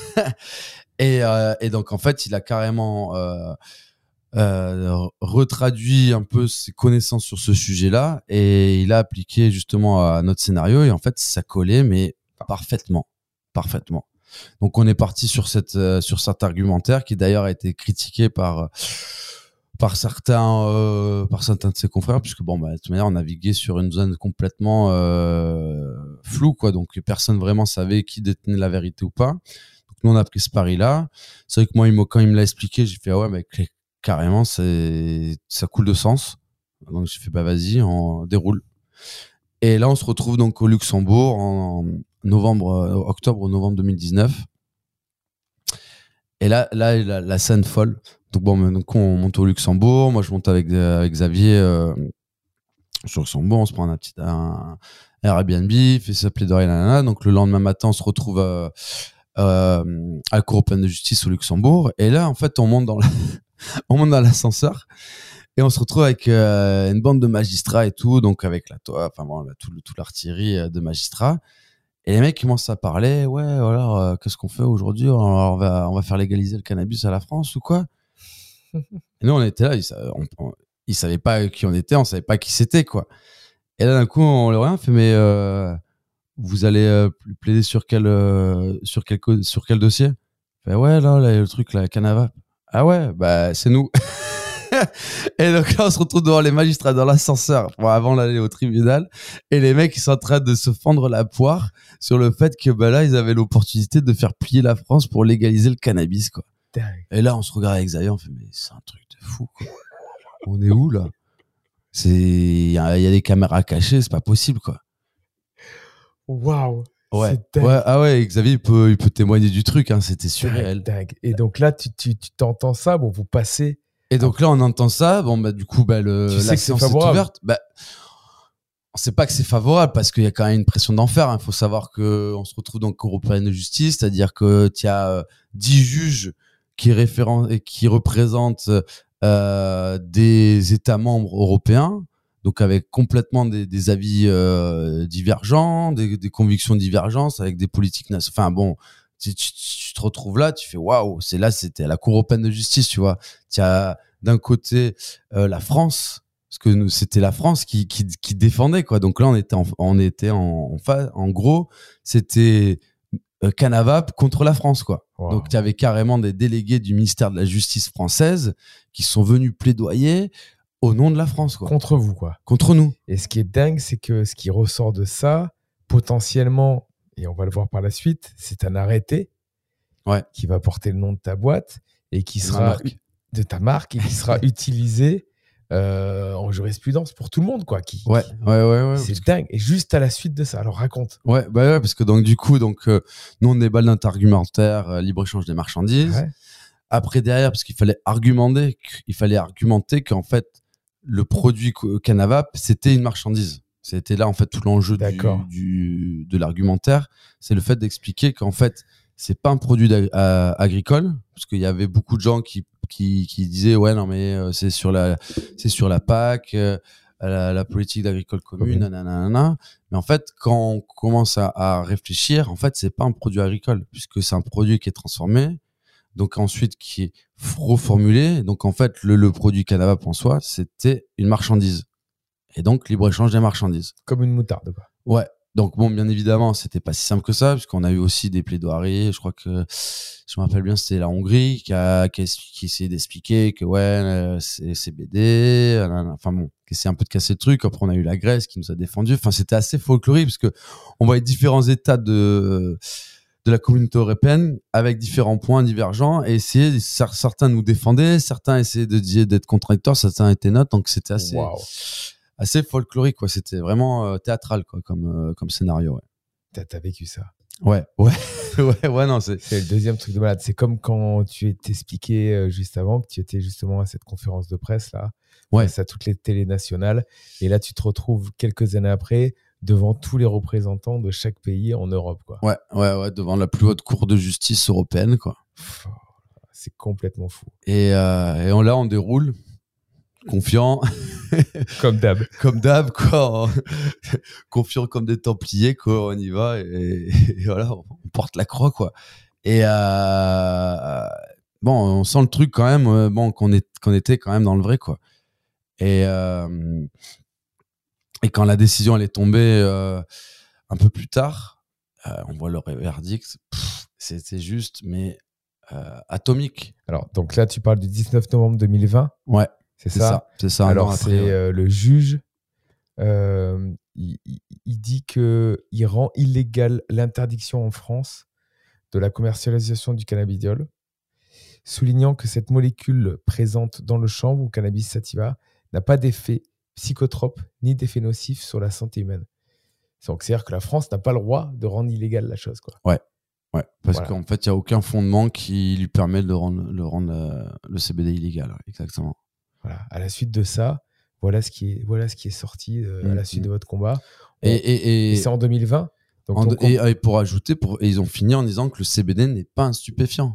et, euh, et donc, en fait, il a carrément, euh, Euh, retraduit un peu ses connaissances sur ce sujet-là et il a appliqué justement à notre scénario et en fait ça collait mais parfaitement, parfaitement. Donc on est parti sur cette euh, sur cet argumentaire qui d'ailleurs a été critiqué par par certains, euh, par certains de ses confrères, puisque bon, bah, de toute manière, on naviguait sur une zone complètement euh, floue, quoi. Donc personne vraiment savait qui détenait la vérité ou pas. Donc nous, on a pris ce pari-là. C'est vrai que moi, il m'a- quand il me l'a expliqué, j'ai fait ah ouais, mais cl- carrément, c'est ça coule de sens. Donc j'ai fait bah vas-y, on déroule. Et là, on se retrouve donc au Luxembourg en novembre, euh, octobre ou novembre deux mille dix-neuf. Et là, là, la, la scène folle. Donc bon, donc on monte au Luxembourg. Moi, je monte avec, avec Xavier euh, sur le Luxembourg. On se prend un petit un Airbnb, fait sa plaidoirie, nanana. Donc le lendemain matin, on se retrouve euh, euh, à la Cour européenne de justice au Luxembourg. Et là, en fait, on monte dans la- on monte dans l'ascenseur et on se retrouve avec euh, une bande de magistrats et tout. Donc avec la toi, enfin bon, là, tout, le- toute l'artillerie euh, de magistrats. Et les mecs commencent à parler, ouais, alors euh, qu'est-ce qu'on fait aujourd'hui? Alors, on va, on va faire légaliser le cannabis à la France ou quoi? Et nous, on était là, ils, sa- on, on- ils savaient pas qui on était, on savait pas qui c'était, quoi. Et là, d'un coup, on leur a fait, mais euh, vous allez euh, plaider sur quel, euh, sur quel, co- sur quel dossier? Fait, ouais, là, là, le truc, la Canava. Ah ouais, bah, c'est nous. Et donc là, on se retrouve devant les magistrats dans l'ascenseur pour avant d'aller au tribunal. Et les mecs, ils sont en train de se fendre la poire sur le fait que bah là, ils avaient l'opportunité de faire plier la France pour légaliser le cannabis, quoi. Dingue. Et là, on se regarde avec Xavier, on fait, mais c'est un truc de fou, quoi. On est où, là? C'est, il y, a il y a des caméras cachées, c'est pas possible, quoi. Waouh. Ouais. C'est dingue. Ouais, ah ouais, Xavier, il peut, il peut témoigner du truc, hein, c'était surréel. Dingue, dingue. Et donc là, tu, tu, tu t'entends ça, bon, vous passez. Et donc là, on entend ça. Bon, bah, du coup, bah, le, Tu sais la que c'est séance est favorable. ouverte. Bah, on sait pas que c'est favorable parce qu'il y a quand même une pression d'enfer. Il faut savoir que on se retrouve dans la Cour européenne de justice, c'est-à-dire que tu as euh, dix juges qui référen- et qui représentent euh, des États membres européens, donc avec complètement des, des avis euh, divergents, des, des convictions divergentes, avec des politiques nationales. Enfin bon, tu, tu, tu te retrouves là, tu fais waouh, c'est là, c'était à la Cour européenne de justice, tu vois. Tu as d'un côté euh, la France, parce que nous, c'était la France qui, qui, qui défendait, quoi. Donc là, on était en, on était en, en, fa- en gros, c'était euh, Canavap contre la France, quoi. Wow. Donc tu avais carrément des délégués du ministère de la Justice française qui sont venus plaidoyer au nom de la France, quoi. Contre vous, quoi. Contre nous. Et ce qui est dingue, c'est que ce qui ressort de ça, potentiellement, et on va le voir par la suite, c'est un arrêté Ouais. qui va porter le nom de ta boîte et qui De ma sera marque. de ta marque et qui sera utilisé euh, en jurisprudence pour tout le monde, quoi. Qui, Ouais, qui- ouais, ouais, ouais. c'est dingue. Et juste à la suite de ça, alors raconte. Ouais, bah ouais, parce que donc du coup, donc euh, nous on déballe notre argumentaire euh, libre échange des marchandises. Ouais. Après derrière, parce qu'il fallait argumenter, il fallait argumenter qu'en fait le produit co- Canavap c'était une marchandise. C'était là en fait tout l'enjeu du, D'accord. du de l'argumentaire, c'est le fait d'expliquer qu'en fait c'est pas un produit d'ag- à- agricole, parce qu'il y avait beaucoup de gens qui qui, qui disaient ouais non mais euh, c'est sur la c'est sur la P A C. euh, La, la politique d'agricole commune, Commune. nanana. Mais en fait, quand on commence à, à réfléchir, en fait, c'est pas un produit agricole, puisque c'est un produit qui est transformé, donc ensuite qui est reformulé. Donc en fait, le, le produit Canavap en soi, c'était une marchandise. Et donc, libre-échange des marchandises. Comme une moutarde, quoi. Ouais. Donc bon, bien évidemment, c'était pas si simple que ça, puisqu'on a eu aussi des plaidoiries. Je crois que, je me rappelle bien, c'était la Hongrie qui a, qui a qui essayait d'expliquer que ouais, euh, c'est C B D, euh, enfin bon, qui essayait un peu de casser le truc. Après, on a eu la Grèce qui nous a défendu. Enfin, c'était assez folklorique parce que on voyait différents États de de la communauté européenne avec différents points divergents et essayer, certains nous défendaient, certains essayaient de dire d'être contradictoires, certains étaient neutres. Donc c'était assez Waouh. assez folklorique, quoi. C'était vraiment euh, théâtral, quoi, comme euh, comme scénario. Ouais. T'as, t'as vécu ça. Ouais, ouais, ouais, ouais, non, c'est. C'est le deuxième truc de malade. C'est comme quand tu es expliqué euh, juste avant que tu étais justement à cette conférence de presse là, Ouais. face à toutes les télés nationales. Et là, tu te retrouves quelques années après devant tous les représentants de chaque pays en Europe, quoi. Ouais, ouais, ouais, devant la plus haute cour de justice européenne, quoi. Pff, c'est complètement fou. Et, euh, et on, là, on déroule, confiant, Comme d'hab. comme d'hab, quoi. Confiant comme des Templiers, quoi. On y va et, et voilà, on porte la croix, quoi. Et euh, bon, on sent le truc quand même, euh, bon, qu'on est, qu'on était quand même dans le vrai, quoi. Et euh, et quand la décision elle est tombée euh, un peu plus tard, euh, on voit le verdict, pff, c'était juste, mais euh, atomique. Alors, donc là, tu parles du dix-neuf novembre deux mille vingt. Ouais. C'est C'est ça. ça, c'est ça. un an Alors, après, c'est ouais. euh, le juge. euh, il, il- il dit qu'il rend illégale l'interdiction en France de la commercialisation du cannabidiol, soulignant que cette molécule présente dans le chanvre ou cannabis sativa n'a pas d'effet psychotrope ni d'effet nocif sur la santé humaine. Donc, c'est-à-dire que la France n'a pas le droit de rendre illégale la chose, quoi. Ouais, parce Voilà. qu'en fait, il n'y a aucun fondement qui lui permet de rendre, le, rendre euh, le C B D illégal. Ouais, exactement. Voilà. À la suite de ça, voilà ce qui est, voilà ce qui est sorti euh, à la Mhm. suite de votre combat. Et, On- et, et, Et c'est en deux mille vingt. Donc, en- ton com- et- et pour ajouter, pour, et ils ont fini en disant que le C B D n'est pas un stupéfiant.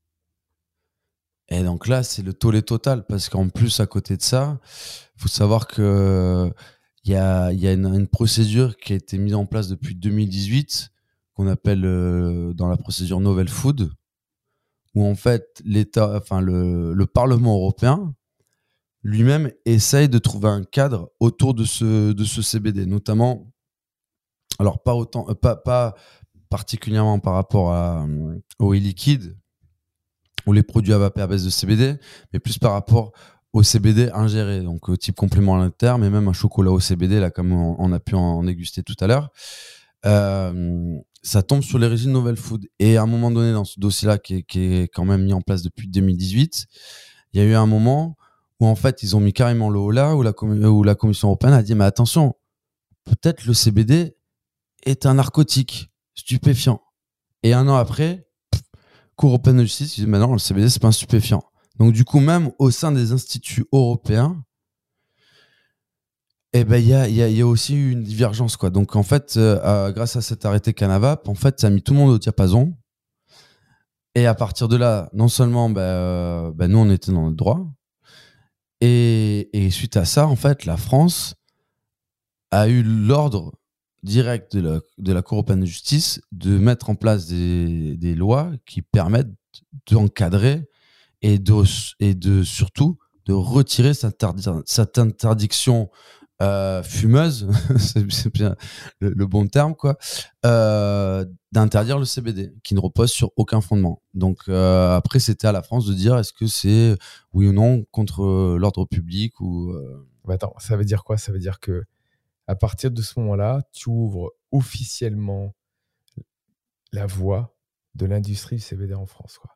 Et donc là, c'est le tollé total, parce qu'en plus, à côté de ça, il faut savoir que il y a, il y a une, une procédure qui a été mise en place depuis deux mille dix-huit, qu'on appelle euh, dans la procédure Novel Food, où en fait, l'État, enfin le, le Parlement européen lui-même essaye de trouver un cadre autour de ce, de ce C B D, notamment, alors pas autant, euh, pas, pas particulièrement par rapport à, euh, au e-liquide ou les produits à vapeur à base de C B D, mais plus par rapport au C B D ingéré, donc au type complément alimentaire, mais même un chocolat au C B D, là, comme on, on a pu en, en déguster tout à l'heure. Euh, ça tombe sur les régimes Novel Food. Et à un moment donné, dans ce dossier-là, qui est, qui est quand même mis en place depuis deux mille dix-huit, il y a eu un moment où en fait, ils ont mis carrément le haut là, où la, com- où la Commission européenne a dit, mais attention, peut-être le C B D est un narcotique stupéfiant. Et un an après, pff, Cour européenne de justice, ils disent, mais non, le C B D, c'est pas un stupéfiant. Donc du coup, même au sein des instituts européens, eh ben, il y a, y, a, y a aussi eu une divergence, quoi. Donc en fait, euh, euh, grâce à cet arrêté Canavap, en fait, ça a mis tout le monde au diapason. Et à partir de là, non seulement, ben, euh, ben, nous, on était dans notre droit, et, et suite à ça, en fait, la France a eu l'ordre direct de la, de la Cour européenne de justice de mettre en place des, des lois qui permettent d'encadrer et de, et de surtout de retirer cette, interdi- cette interdiction euh, fumeuse, c'est, c'est bien le, le bon terme, quoi, euh, d'interdire le C B D, qui ne repose sur aucun fondement. Donc euh, après, c'était à la France de dire est-ce que c'est oui ou non contre euh, l'ordre public ou. Euh... Bah attends, ça veut dire quoi? Ça veut dire que à partir de ce moment-là, tu ouvres officiellement la voie de l'industrie du C B D en France, quoi.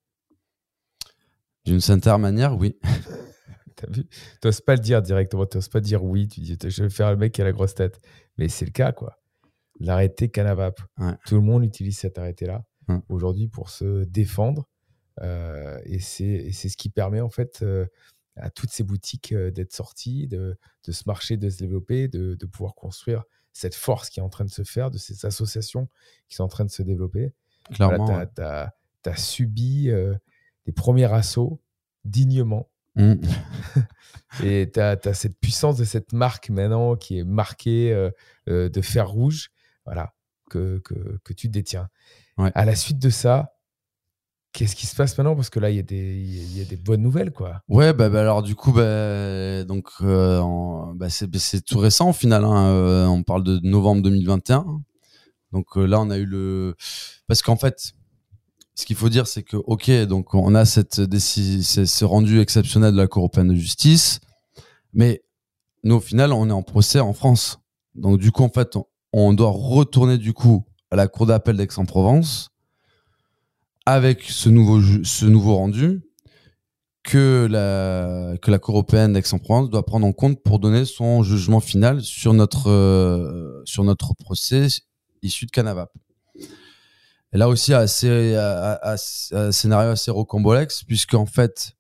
D'une certaine manière, oui. T'as vu? T'oses pas le dire directement, t'oses pas dire oui, tu dis je vais faire le mec qui a la grosse tête. Mais c'est le cas, quoi. L'arrêté Canavap. Ouais. Tout le monde utilise cet arrêté-là Ouais. aujourd'hui pour se défendre. Euh, et, c'est, et c'est ce qui permet, en fait, euh, à toutes ces boutiques euh, d'être sorties, de, de ce marché de se développer, de, de pouvoir construire cette force qui est en train de se faire, de ces associations qui sont en train de se développer. Clairement. Voilà, tu as ouais. subi euh, les premiers assauts dignement. Mmh. Et tu as cette puissance de cette marque maintenant qui est marquée euh, euh, de fer rouge, voilà, que, que, que tu détiens. Ouais. À la suite de ça, qu'est-ce qui se passe maintenant? Parce que là, il y, y a des bonnes nouvelles, quoi. Ouais, bah, bah alors du coup, bah, donc, euh, en, bah, c'est, c'est tout récent au final. Hein, euh, on parle de novembre deux mille vingt et un. Donc euh, là, on a eu le... Parce qu'en fait, ce qu'il faut dire, c'est que, ok, donc on a cette décision, ce rendu exceptionnel de la Cour européenne de justice, mais nous, au final, on est en procès en France. Donc du coup, en fait, on, on doit retourner du coup à la Cour d'appel d'Aix-en-Provence avec ce nouveau, ce nouveau rendu que la, que la Cour européenne d'Aix-en-Provence doit prendre en compte pour donner son jugement final sur notre, euh, sur notre procès issu de Canavap. Et là aussi, assez, un scénario assez rocambolesque, puisque en fait,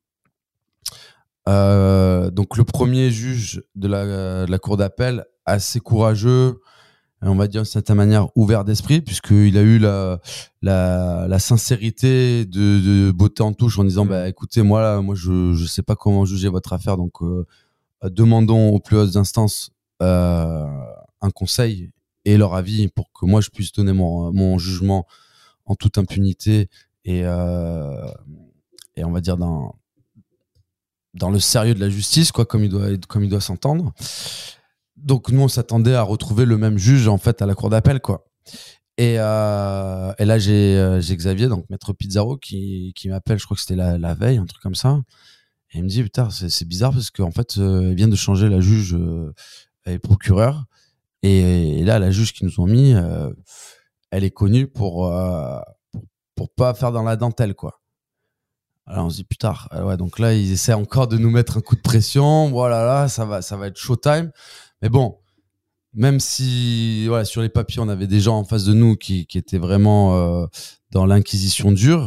euh, donc le premier juge de la, de la Cour d'appel, assez courageux, on va dire d'une certaine manière ouvert d'esprit, puisqu'il a eu la, la, la sincérité de, de botter en touche en disant, bah, écoutez, moi, là, moi, je ne sais pas comment juger votre affaire, donc euh, demandons aux plus hautes instances euh, un conseil et leur avis pour que moi, je puisse donner mon, mon jugement en toute impunité et, euh, et on va dire dans, dans le sérieux de la justice, quoi, comme il doit, comme il doit s'entendre. Donc nous, on s'attendait à retrouver le même juge en fait à la cour d'appel, quoi. Et, euh, et là, j'ai, j'ai Xavier, donc maître Pizarro, qui, qui m'appelle, je crois que c'était la, la veille, un truc comme ça, Et il me dit, putain, c'est, c'est bizarre parce qu'en fait, euh, ils viennent de changer la juge euh, et procureur. Et, et là, la juge qu'ils nous ont mis, euh, elle est connue pour, euh, pour, pour pas faire dans la dentelle, quoi. Alors on se dit, putain, euh, ouais, donc là, ils essaient encore de nous mettre un coup de pression. Voilà, là, ça va, ça va être showtime. Mais bon, même si, voilà, sur les papiers, on avait des gens en face de nous qui, qui étaient vraiment euh, dans l'inquisition dure.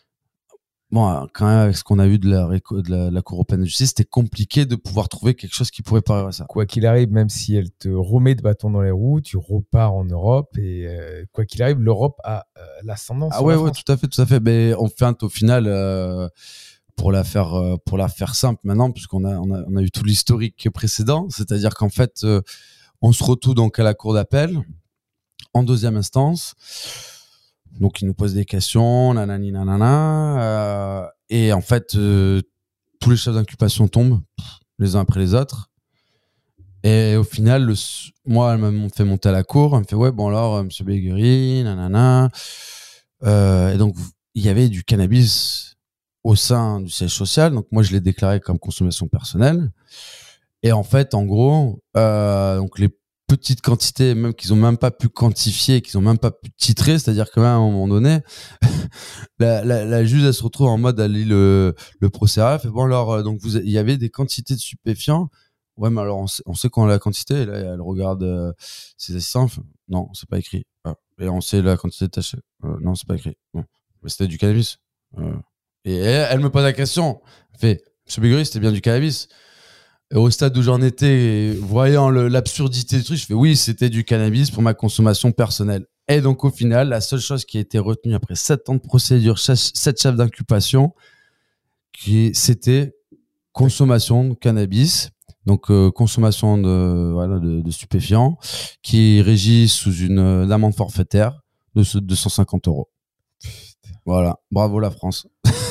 Bon, quand même, avec ce qu'on a eu de la, de la, de la Cour européenne de justice, c'était compliqué de pouvoir trouver quelque chose qui pourrait parer à ça. Quoi qu'il arrive, même si elle te remet de bâton dans les roues, tu repars en Europe et euh, quoi qu'il arrive, l'Europe a euh, l'ascendant Ah sur ouais, la ouais, France. tout à fait, tout à fait. Mais on fait au final, euh, pour la faire, euh, pour la faire simple maintenant, puisqu'on a, on a, on a eu tout l'historique précédent, c'est-à-dire qu'en fait, euh, on se retrouve donc à la cour d'appel en deuxième instance. Donc, ils nous posent des questions, nanani, nanana. Euh, et en fait, euh, tous les chefs d'inculpation tombent, les uns après les autres. Et au final, le, moi, elle m'a fait monter à la cour. Elle me fait, ouais, bon alors, euh, monsieur Béguerie, nanana. Euh, et donc, il y avait du cannabis au sein du siège social. Donc, moi, je l'ai déclaré comme consommation personnelle. Et en fait, en gros, euh, donc les petites quantités, même qu'ils ont même pas pu quantifier, qu'ils ont même pas pu titrer, c'est-à-dire qu'à un moment donné, la, la, la juge, elle se retrouve en mode, elle lit le, le procès à fait bon, alors, donc, vous, il y avait des quantités de stupéfiants. Ouais, mais alors, on sait, on sait quand la quantité, et là, elle regarde euh, ses assistants. Non, c'est pas écrit. Ah. Et on sait la quantité de tachée. Euh, non, c'est pas écrit. Bon. Mais c'était du cannabis. Euh. Et elle, elle me pose la question. Elle fait, monsieur Béguerie, c'était bien du cannabis. Et au stade où j'en étais, voyant le, l'absurdité du truc, je fais oui, c'était du cannabis pour ma consommation personnelle. Et donc, au final, la seule chose qui a été retenue après sept ans de procédure, sept chefs d'inculpation, qui, c'était consommation de cannabis. Donc, euh, consommation de, voilà, de, de stupéfiants, qui est régie sous une, une amende forfaitaire de deux cent cinquante euros. Putain. Voilà. Bravo la France.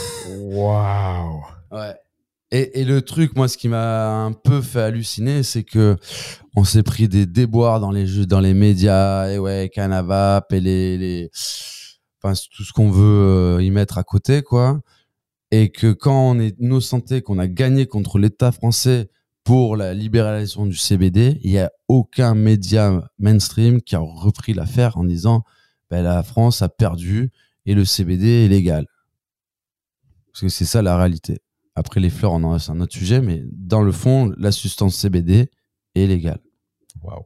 Waouh. Ouais. Et, et le truc, moi, ce qui m'a un peu fait halluciner, c'est que on s'est pris des déboires dans les jeux, dans les médias, et ouais, Canavap, et les, les, enfin, tout ce qu'on veut euh, y mettre à côté, quoi. Et que quand on est innocenté, qu'on a gagné contre l'État français pour la libéralisation du C B D, il y a aucun média mainstream qui a repris l'affaire en disant, ben, la France a perdu et le C B D est légal. Parce que c'est ça la réalité. Après, les fleurs, on en a, c'est un autre sujet, mais dans le fond, la substance C B D est légale. Waouh.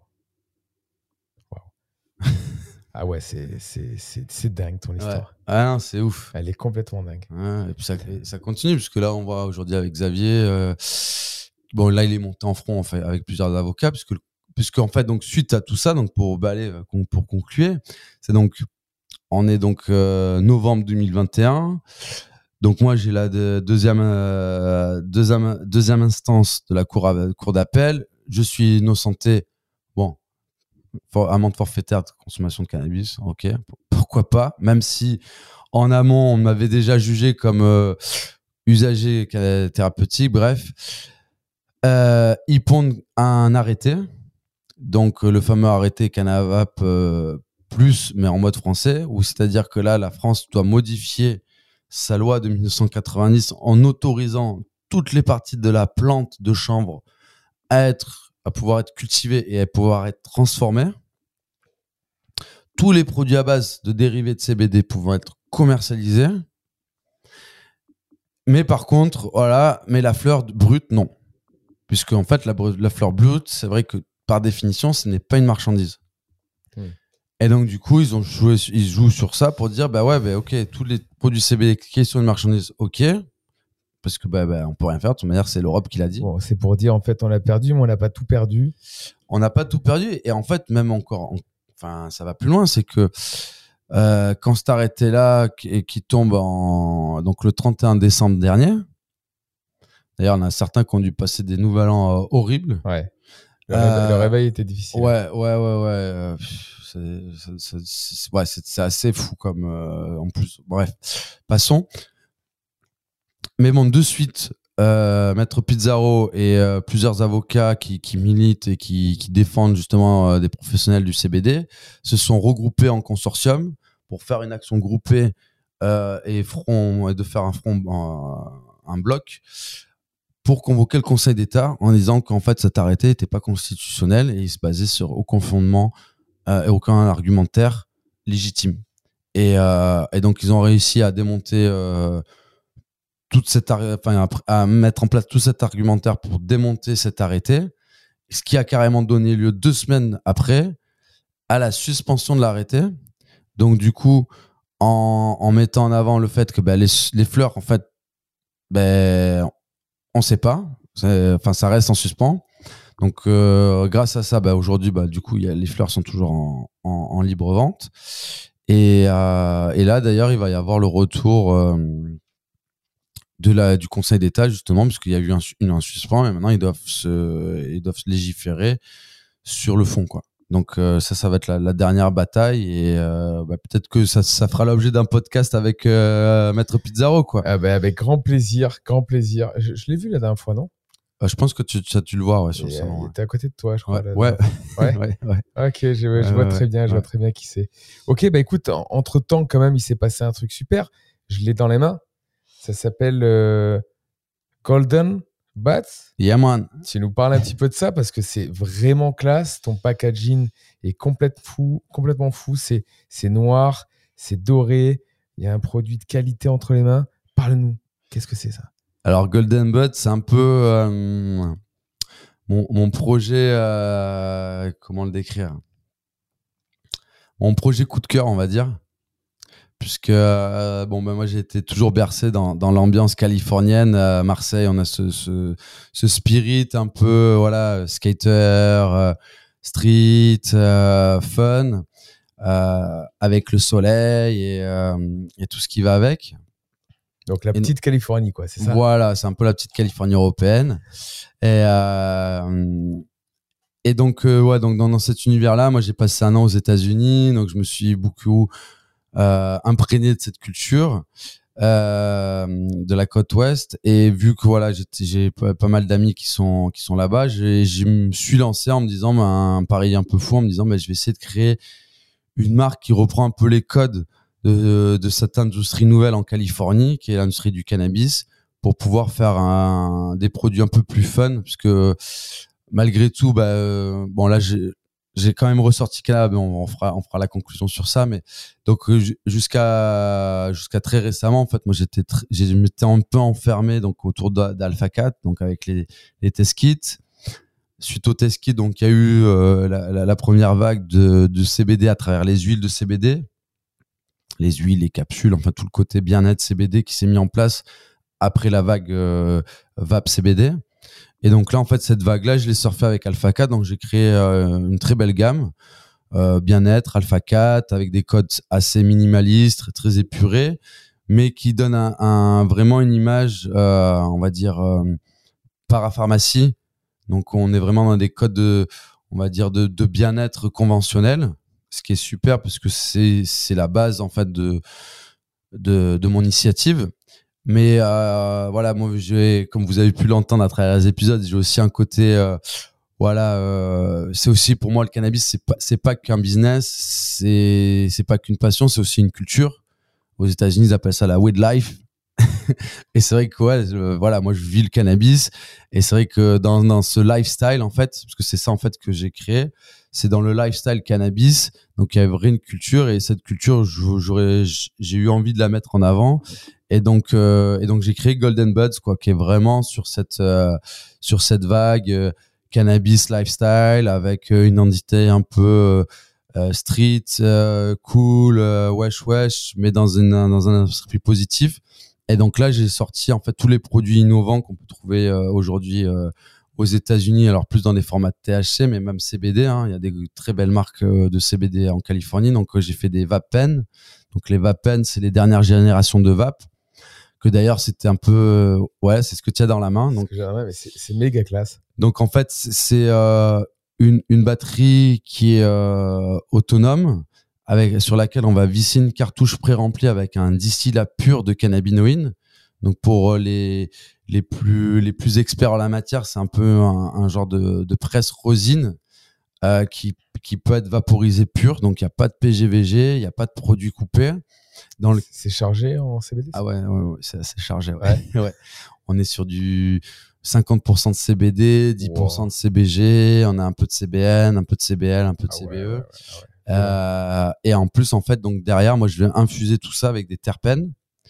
Waouh. Ah ouais, c'est, c'est, c'est, c'est dingue ton histoire. Ouais. Ah non, c'est ouf. Elle est complètement dingue. Ouais, et puis ça, ça continue, puisque là, on voit aujourd'hui avec Xavier, euh, bon, là, il est monté en front en fait, avec plusieurs avocats, puisque, puisque en fait, donc, suite à tout ça, donc, pour, bah, allez, pour conclure, c'est donc, on est donc euh, novembre deux mille vingt et un. Donc moi, j'ai la de, deuxième, euh, deuxième, deuxième instance de la cour, cour d'appel. Je suis innocenté. Bon, for, amende forfaitaire de consommation de cannabis. Ok, pourquoi pas. Même si en amont, on m'avait déjà jugé comme euh, usager thérapeutique. Bref, euh, ils pondent un arrêté. Donc le fameux arrêté Canavap euh, plus, mais en mode français, où c'est-à-dire que là, la France doit modifier sa loi de dix-neuf cent quatre-vingt-dix en autorisant toutes les parties de la plante de chanvre à être, à pouvoir être cultivées et à pouvoir être transformées. Tous les produits à base de dérivés de C B D pouvant être commercialisés. Mais par contre, voilà, mais la fleur brute, non. Puisque, en fait, la, la fleur brute, c'est vrai que par définition, ce n'est pas une marchandise. Mmh. Et donc, du coup, ils ont joué, ils jouent sur ça pour dire, bah ouais, bah ok, tous les produits C B D qui sont une marchandise, ok. Parce que, bah, bah on peut rien faire. De toute manière, c'est l'Europe qui l'a dit. Bon, c'est pour dire, en fait, on l'a perdu, mais on n'a pas tout perdu. On n'a pas tout perdu. Et en fait, même encore, on, enfin, ça va plus loin, c'est que, euh, quand cet arrêté-là, qui, qui tombe en, donc le trente et un décembre dernier. D'ailleurs, on a certains qui ont dû passer des nouvel an euh, horribles. Ouais. Le, réveil, euh, le réveil était difficile. Ouais, ouais, ouais, ouais. Euh, c'est, c'est, c'est, ouais, c'est, c'est assez fou comme, euh, en plus. Bref, passons. Mais bon, de suite, euh, Maître Pizarro et euh, plusieurs avocats qui, qui militent et qui, qui défendent justement euh, des professionnels du C B D se sont regroupés en consortium pour faire une action groupée euh, et front, et de faire un front, un, un bloc pour convoquer le Conseil d'État en disant qu'en fait cet arrêté n'était pas constitutionnel et il se basait sur aucun fondement euh, et aucun argumentaire légitime. Et, euh, et donc ils ont réussi à démonter euh, toute cette ar- enfin, à, à mettre en place tout cet argumentaire pour démonter cet arrêté, ce qui a carrément donné lieu deux semaines après à la suspension de l'arrêté. Donc du coup, en, en mettant en avant le fait que bah, les, les fleurs, en fait, ben on sait pas, enfin ça reste en suspens. Donc euh, grâce à ça, bah, aujourd'hui, bah, du coup, y a, les fleurs sont toujours en, en, en libre vente. Et, euh, et là, d'ailleurs, il va y avoir le retour euh, de la du Conseil d'État justement, parce qu'il y a eu un, une, un suspens, et maintenant ils doivent se, ils doivent se légiférer sur le fond, quoi. Donc euh, ça, ça va être la, la dernière bataille, et euh, bah, peut-être que ça, ça fera l'objet d'un podcast avec euh, Maître Pizarro, quoi. Ah bah, avec grand plaisir, grand plaisir. Je, je l'ai vu la dernière fois, non? Euh, je pense que tu, tu as dû le voir, ouais, sur Et, le euh, salon. il Ouais. était à côté de toi, je crois. Ouais, là, ouais. ouais. ouais, ouais. Ok, je, je Euh, vois ouais, très bien, je vois ouais. très bien qui c'est. Ok, bah écoute, en- entre-temps, quand même, il s'est passé un truc super. Je l'ai dans les mains. Ça s'appelle euh, Golden Bats. Yeah, man. Tu nous parles un petit peu de ça parce que c'est vraiment classe. Ton packaging est complètement fou. Complètement fou. C'est, c'est noir, c'est doré. Il y a un produit de qualité entre les mains. Parle-nous. Qu'est-ce que c'est ça? Alors Golden Bud, c'est un peu euh, mon, mon projet, euh, comment le décrire? Mon projet coup de cœur, on va dire. Puisque euh, bon, ben moi j'ai été toujours bercé dans, dans l'ambiance californienne. À Marseille, on a ce, ce, ce spirit un peu voilà, skater, euh, street, euh, fun, euh, avec le soleil et, euh, et tout ce qui va avec. Donc la petite Californie, quoi, c'est ça? Voilà, c'est un peu la petite Californie européenne. Et, euh, et donc, euh, ouais, donc dans, dans cet univers-là, moi j'ai passé un an aux États-Unis, donc je me suis beaucoup euh, imprégné de cette culture euh, de la côte ouest. Et vu que voilà, j'ai, j'ai pas, pas mal d'amis qui sont qui sont là-bas, j'ai, je me suis lancé en me disant, ben, un pari un peu fou, en me disant, ben, je vais essayer de créer une marque qui reprend un peu les codes de, de cette industrie nouvelle en Californie, qui est l'industrie du cannabis, pour pouvoir faire un, des produits un peu plus fun, parce que malgré tout, bah, euh, bon là j'ai, j'ai quand même ressorti Canada, on, on fera on fera la conclusion sur ça, mais donc euh, jusqu'à jusqu'à très récemment, en fait, moi j'étais tr- j'ai m'étais un peu enfermé donc autour d'Alpha quatre, donc avec les les test kits. Suite au test kit, donc il y a eu euh, la, la, la première vague de, de C B D à travers les huiles de C B D. Les huiles, les capsules, enfin tout le côté bien-être C B D qui s'est mis en place après la vague euh, Vape C B D. Et donc là, en fait, cette vague-là, je l'ai surfée avec Alpha quatre, donc j'ai créé euh, une très belle gamme, euh, bien-être, Alpha quatre, avec des codes assez minimalistes, très, très épurés, mais qui donnent un, un, vraiment une image, euh, on va dire, euh, parapharmacie. Donc on est vraiment dans des codes de, on va dire, de, de bien-être conventionnel, ce qui est super parce que c'est c'est la base en fait de de, de mon initiative. Mais euh, voilà, moi j'ai, comme vous avez pu l'entendre à travers les épisodes, j'ai aussi un côté euh, voilà, euh, c'est aussi pour moi le cannabis, c'est pas c'est pas qu'un business, c'est c'est pas qu'une passion, c'est aussi une culture. Aux États-Unis, ils appellent ça la weed life. Et c'est vrai que ouais, je, voilà, moi je vis le cannabis, et c'est vrai que dans dans ce lifestyle en fait, parce que c'est ça en fait que j'ai créé, c'est dans le lifestyle cannabis, donc il y a vraiment une culture, et cette culture j'aurais j'ai eu envie de la mettre en avant, et donc euh, et donc j'ai créé Golden Buds, quoi, qui est vraiment sur cette euh, sur cette vague euh, cannabis lifestyle, avec euh, une identité un peu euh, street, euh, cool, euh, wesh wesh, mais dans une dans un esprit positif. Et donc là, j'ai sorti en fait tous les produits innovants qu'on peut trouver euh, aujourd'hui euh, aux États-Unis, alors plus dans des formats de T H C, mais même C B D. Hein. Il y a des très belles marques euh, de C B D en Californie. Donc euh, j'ai fait des vape pen. Donc les vape pen, c'est les dernières générations de vape. Que d'ailleurs c'était un peu, euh, ouais, c'est ce que tu as dans la main. Donc c'est, mais c'est, c'est méga classe. Donc en fait, c'est, c'est euh, une une batterie qui est euh, autonome, avec, sur laquelle on va visser une cartouche pré-remplie avec un distillat pur de cannabinoïdes. Donc pour les les plus les plus experts en la matière, c'est un peu un, un genre de, de presse rosine euh, qui qui peut être vaporisé pur. Donc il y a pas de P G V G, il y a pas de produits coupés. Dans le... C'est chargé en C B D? Ah ouais, ouais, ouais c'est assez chargé. Ouais. Ouais. Ouais. On est sur du cinquante pour cent de C B D, dix pour cent wow. de C B G, on a un peu de C B N, un peu de C B L, un peu de ah C B E. Ouais, ouais, ouais, ouais. Euh, et en plus, en fait, donc derrière, moi, je vais infuser tout ça avec des terpènes,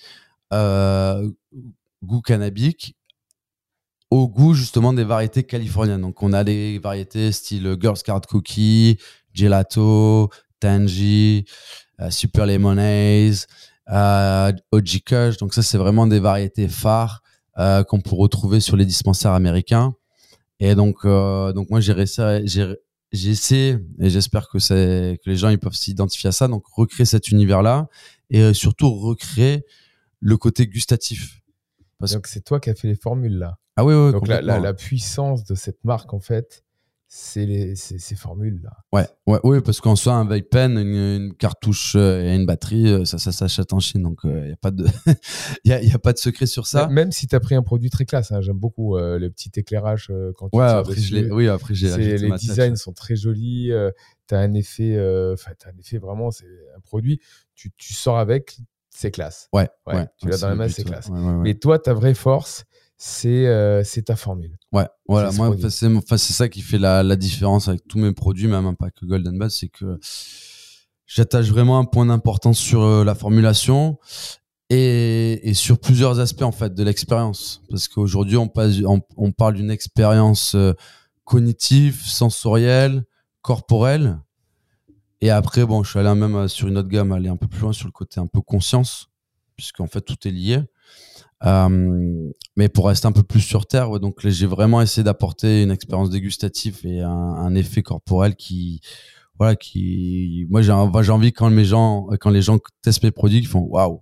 euh, goût cannabique, au goût justement des variétés californiennes. Donc, on a des variétés style Girl Scout Cookie, Gelato, Tangy, euh, Super Lemonade, euh, O G Kush. Donc, ça, c'est vraiment des variétés phares euh, qu'on peut retrouver sur les dispensaires américains. Et donc, euh, donc moi, j'ai réussi à, j'ai, j'ai essayé, et j'espère que, c'est, que les gens ils peuvent s'identifier à ça, donc recréer cet univers-là et surtout recréer le côté gustatif. Parce donc, que c'est toi qui as fait les formules là. Ah oui, oui. Donc, la, la, la puissance de cette marque, en fait, c'est, les, c'est ces formules-là. Ouais, ouais, oui, parce qu'en soi, un vape pen, une, une cartouche et une batterie, ça, ça s'achète en Chine. Donc, il euh, n'y a, y a, y a pas de secret sur ça. Même si tu as pris un produit très classe, hein, j'aime beaucoup euh, le petit éclairage euh, quand tu ouais, tires après, dessus. Je l'ai, oui, après, j'ai c'est, Les ma designs tête. sont très jolis. Euh, tu as un effet, euh, t'as un effet vraiment, c'est un produit, tu, tu sors avec, c'est classe. Ouais, ouais, ouais. Tu l'as ouais, dans la main, but, c'est classe. Ouais, ouais, ouais. Mais toi, ta vraie force, c'est, euh, c'est ta formule. Ouais, voilà. Moi, enfin, c'est, enfin, c'est ça qui fait la, la différence avec tous mes produits, même pas que Golden Buzz, c'est que j'attache vraiment un point d'importance sur euh, la formulation et, et sur plusieurs aspects en fait de l'expérience. Parce qu'aujourd'hui, on, passe, on, on parle d'une expérience euh, cognitive, sensorielle, corporelle. Et après, bon, je suis allé même sur une autre gamme, aller un peu plus loin sur le côté un peu conscience, puisqu'en fait tout est lié. Euh, mais pour rester un peu plus sur terre, ouais, donc là, j'ai vraiment essayé d'apporter une expérience dégustative et un, un effet corporel qui, voilà, qui, moi j'ai, j'ai envie quand les gens, quand les gens testent mes produits, ils font waouh.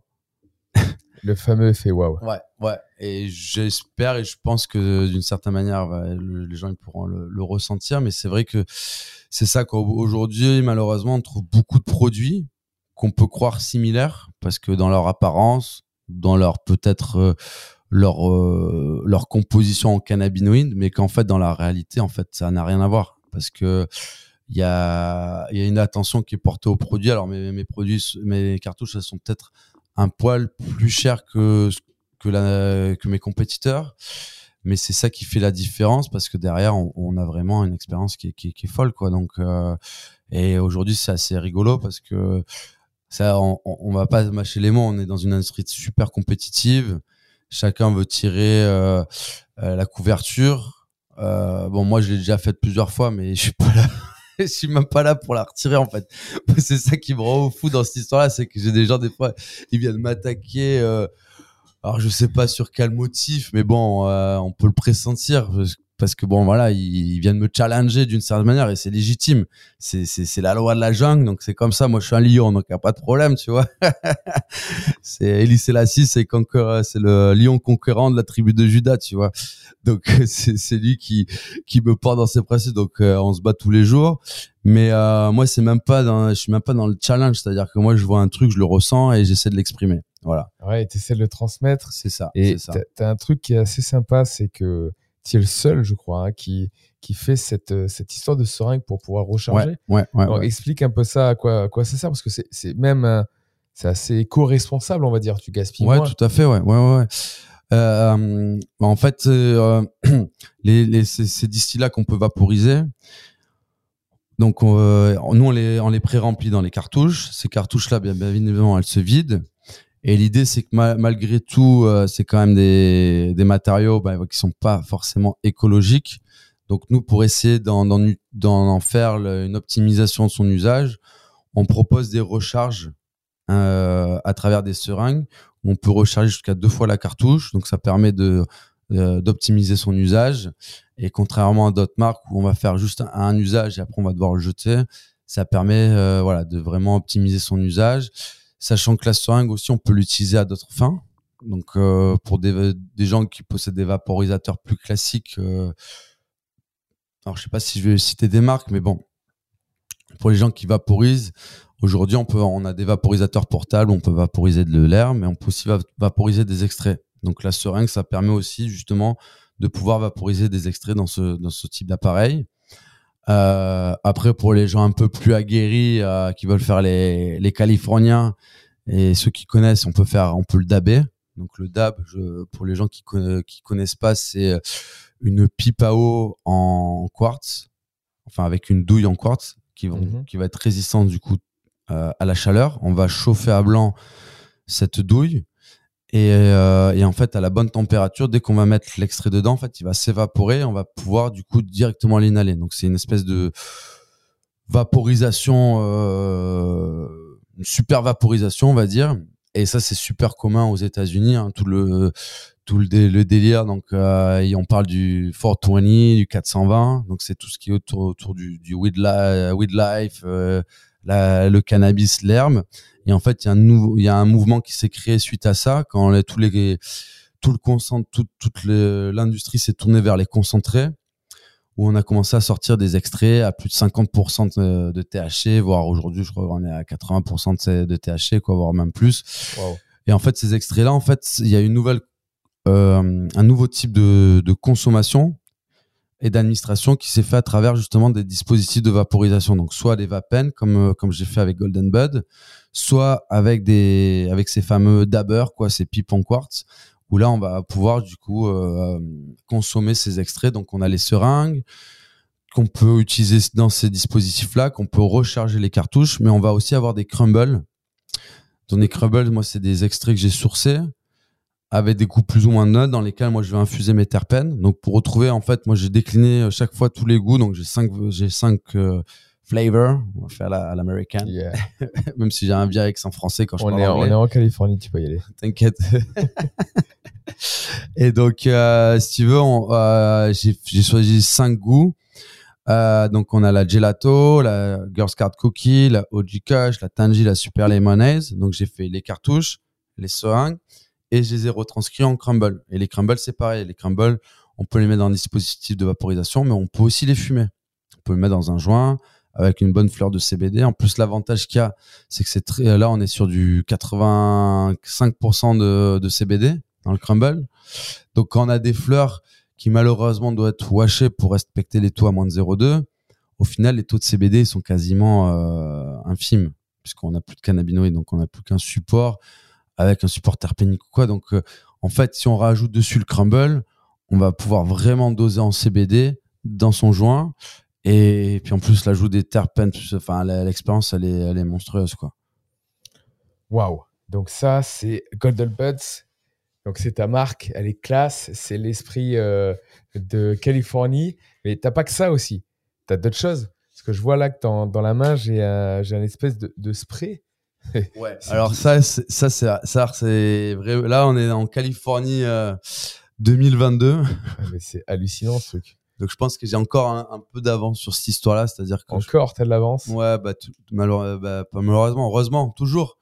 Le fameux effet waouh. Ouais, ouais. Et j'espère et je pense que d'une certaine manière, ouais, le, les gens ils pourront le, le ressentir. Mais c'est vrai que c'est ça qu'aujourd'hui, malheureusement, on trouve beaucoup de produits qu'on peut croire similaires parce que dans leur apparence, dans leur peut-être euh, leur euh, leur composition en cannabinoïdes, mais qu'en fait dans la réalité en fait ça n'a rien à voir parce que il y a il y a une attention qui est portée aux produits. Alors mes mes produits mes cartouches elles sont peut-être un poil plus chères que que la que mes compétiteurs, mais c'est ça qui fait la différence parce que derrière on, on a vraiment une expérience qui est qui est, qui est folle quoi. Donc euh, et aujourd'hui c'est assez rigolo parce que ça, on, on va pas mâcher les mots. On est dans une industrie super compétitive. Chacun veut tirer euh, euh, la couverture. Euh, bon, moi, je l'ai déjà faite plusieurs fois, mais je suis pas là. Je suis même pas là pour la retirer en fait. C'est ça qui me rend fou dans cette histoire-là, c'est que j'ai des gens des fois, ils viennent m'attaquer. Euh, alors je sais pas sur quel motif, mais bon, euh, on peut le pressentir. Parce que bon voilà, ils viennent me challenger d'une certaine manière et c'est légitime. C'est c'est c'est la loi de la jungle, donc c'est comme ça. Moi je suis un lion, donc y a pas de problème, tu vois. C'est Haile Selassie, c'est conquérant, c'est le lion conquérant de la tribu de Juda, tu vois. Donc c'est c'est lui qui qui me porte dans ses principes. Donc euh, on se bat tous les jours. Mais euh, moi c'est même pas dans, je suis même pas dans le challenge, c'est-à-dire que moi je vois un truc, je le ressens et j'essaie de l'exprimer. Voilà. Ouais, tu essaies de le transmettre. C'est ça. Et c'est ça. T'as, t'as un truc qui est assez sympa, c'est que tu es le seul, je crois, hein, qui, qui fait cette, cette histoire de seringue pour pouvoir recharger. Ouais, ouais, ouais, Alors, ouais. explique un peu ça, à quoi, à quoi ça sert, parce que c'est, c'est même euh, c'est assez éco-responsable, on va dire. Tu gaspilles ouais, moins. Ouais, tout à fait, ouais. ouais, ouais, ouais. Euh, en fait, euh, les, les, ces, ces distillats qu'on peut vaporiser, donc euh, nous, on les, on les pré-remplit dans les cartouches. Ces cartouches-là, bien, bien évidemment, elles se vident. Et l'idée, c'est que ma- malgré tout, euh, c'est quand même des, des matériaux bah, qui sont pas forcément écologiques. Donc nous, pour essayer d'en, d'en, d'en faire le, une optimisation de son usage, on propose des recharges euh, à travers des seringues où on peut recharger jusqu'à deux fois la cartouche. Donc ça permet de, euh, d'optimiser son usage. Et contrairement à d'autres marques où on va faire juste un, un usage et après on va devoir le jeter, ça permet euh, voilà, de vraiment optimiser son usage. Sachant que la seringue aussi, on peut l'utiliser à d'autres fins. Donc, euh, pour des, des gens qui possèdent des vaporisateurs plus classiques, euh, alors je sais pas si je vais citer des marques, mais bon, pour les gens qui vaporisent, aujourd'hui, on peut, on a des vaporisateurs portables, on peut vaporiser de l'air, mais on peut aussi va- vaporiser des extraits. Donc, la seringue, ça permet aussi justement de pouvoir vaporiser des extraits dans ce, dans ce type d'appareil. Euh, après, pour les gens un peu plus aguerris, euh, qui veulent faire les, les Californiens Et ceux qui connaissent, on peut faire, on peut le dabber. Donc le dab, je, pour les gens qui conna- qui connaissent pas, c'est une pipe à eau en quartz, enfin avec une douille en quartz qui, vont, Mhm. qui va être résistante du coup euh, à la chaleur. On va chauffer à blanc cette douille et, euh, et en fait à la bonne température, dès qu'on va mettre l'extrait dedans, en fait il va s'évaporer. On va pouvoir du coup directement l'inhaler. Donc c'est une espèce de vaporisation, euh, une super vaporisation on va dire. Et ça c'est super commun aux États-Unis, hein, tout le tout le, dé, le délire. Donc euh, et on parle du quatre cent vingt, du quatre cent vingt. Donc c'est tout ce qui est autour autour du, du weed, li- weed life, euh, la, le cannabis, l'herbe. Et en fait il y a un nouveau, il y a un mouvement qui s'est créé suite à ça quand les, tous les tout le concent, tout, toute les, l'industrie s'est tournée vers les concentrés, où on a commencé à sortir des extraits à plus de cinquante pour cent de, de T H C, voire aujourd'hui, je crois qu'on est à quatre-vingts pour cent de, de T H C, quoi, voire même plus. Wow. Et en fait, ces extraits-là, en fait, il y a une nouvelle, euh, un nouveau type de, de consommation et d'administration qui s'est fait à travers justement des dispositifs de vaporisation. Donc, soit des vapen, comme, comme j'ai fait avec Golden Bud, soit avec des, avec ces fameux dabbers, quoi, ces pipes en quartz, où là, on va pouvoir du coup euh, consommer ces extraits. Donc, on a les seringues qu'on peut utiliser dans ces dispositifs-là, qu'on peut recharger les cartouches, mais on va aussi avoir des crumbles. Dans les crumbles, moi, c'est des extraits que j'ai sourcés avec des goûts plus ou moins neutres dans lesquels moi, je vais infuser mes terpènes. Donc, pour retrouver, en fait, moi, j'ai décliné chaque fois tous les goûts. Donc, j'ai cinq, j'ai cinq euh, flavors. On va faire à l'américaine. Yeah. Même si j'ai un vieux accent français quand je On parle est, anglais. on est en Californie, tu peux y aller. T'inquiète. Et donc, euh, si tu veux, on, euh, j'ai, j'ai choisi cinq goûts. Euh, donc, on a la gelato, la Girl Scout Cookie, la O G Kush, la Tangy, la Super Lemonade. Donc, j'ai fait les cartouches, les seringues, et je les ai retranscrits en crumble. Et les crumbles, c'est pareil. Les crumbles, on peut les mettre dans un dispositif de vaporisation, mais on peut aussi les fumer. On peut les mettre dans un joint avec une bonne fleur de C B D. En plus, l'avantage qu'il y a, c'est que c'est très, là, on est sur du quatre-vingt-cinq pour cent de, de C B D dans le crumble. Donc, quand on a des fleurs qui malheureusement doivent être washées pour respecter les taux à moins de zéro virgule deux, au final, les taux de C B D sont quasiment euh, infimes, puisqu'on n'a plus de cannabinoïdes, donc on n'a plus qu'un support avec un support terpénique ou quoi. Donc, euh, en fait, si on rajoute dessus le crumble, on va pouvoir vraiment doser en C B D dans son joint. Et puis en plus, l'ajout des terpènes, enfin, l'expérience, elle est, elle est monstrueuse, quoi. Waouh. Donc ça, c'est Golden Buds. Donc c'est ta marque, elle est classe, c'est l'esprit euh, de Californie. Mais t'as pas que ça aussi. T'as d'autres choses. Parce que je vois là que dans, dans la main, j'ai un, j'ai un espèce de, de spray. Ouais. Alors ça, c'est, ça, c'est, ça, c'est vrai. Là, on est en Californie euh, deux mille vingt-deux. Ah, mais c'est hallucinant ce truc. Donc je pense que j'ai encore un, un peu d'avance sur cette histoire-là, c'est-à-dire que encore je... t'as de l'avance. Ouais, bah, tout, malheure, bah pas malheureusement, heureusement, toujours.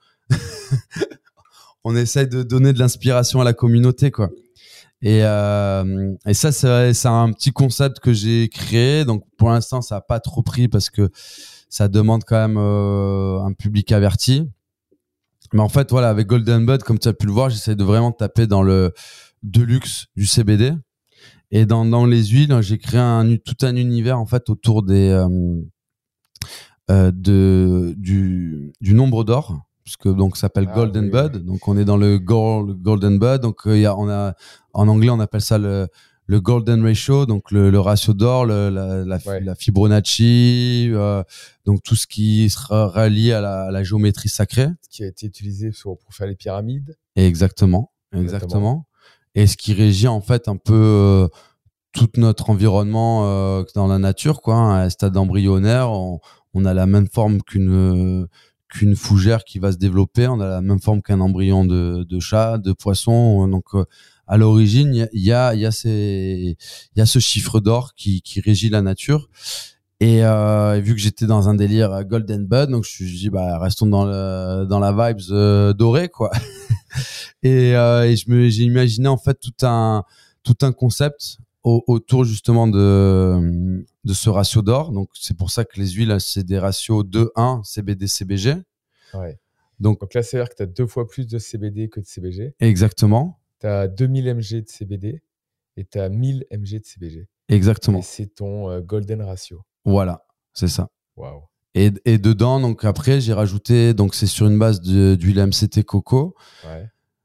On essaie de donner de l'inspiration à la communauté, quoi. Et, euh, et ça, c'est, c'est un petit concept que j'ai créé. Donc pour l'instant, ça n'a pas trop pris parce que ça demande quand même euh, un public averti. Mais en fait, voilà, avec Golden Bud, comme tu as pu le voir, j'essaie de vraiment taper dans le deluxe du C B D. Et dans, dans les huiles, j'ai créé un, tout un univers en fait autour des euh, euh, de du, du nombre d'or, puisque donc ça s'appelle ah, Golden oui, Bud. Oui. Donc on est dans le gold, Golden Bud. Donc il euh, y a on a en anglais on appelle ça le le Golden Ratio, donc le, le ratio d'or, le, la, la, ouais. la Fibonacci, euh, donc tout ce qui sera relié à la, à la géométrie sacrée, qui a été utilisé pour, pour faire les pyramides. Et exactement, exactement. exactement. Et ce qui régit en fait un peu euh, tout notre environnement euh, dans la nature, quoi. Hein. À un stade embryonnaire, on, on a la même forme qu'une qu'une fougère qui va se développer, on a la même forme qu'un embryon de, de chat, de poisson. Donc euh, à l'origine, il y a il y a ces il y a ce chiffre d'or qui qui régit la nature. Et, euh, et vu que j'étais dans un délire Golden Bud, donc je me suis dit bah restons dans le dans la vibes euh, dorée, quoi. et, euh, et je me j'ai imaginé en fait tout un tout un concept au, autour justement de de ce ratio d'or. Donc c'est pour ça que les huiles c'est des ratios deux un C B D C B G. Ouais. Donc, donc là, ça veut dire que tu as deux fois plus de C B D que de C B G. Exactement. Tu as deux mille millilitres de C B D et tu as mille millilitres de C B G. Exactement. Et c'est ton euh, golden ratio. Voilà, c'est ça. Waouh. Et, et dedans, donc après, j'ai rajouté, donc c'est sur une base de, d'huile M C T coco, Ouais.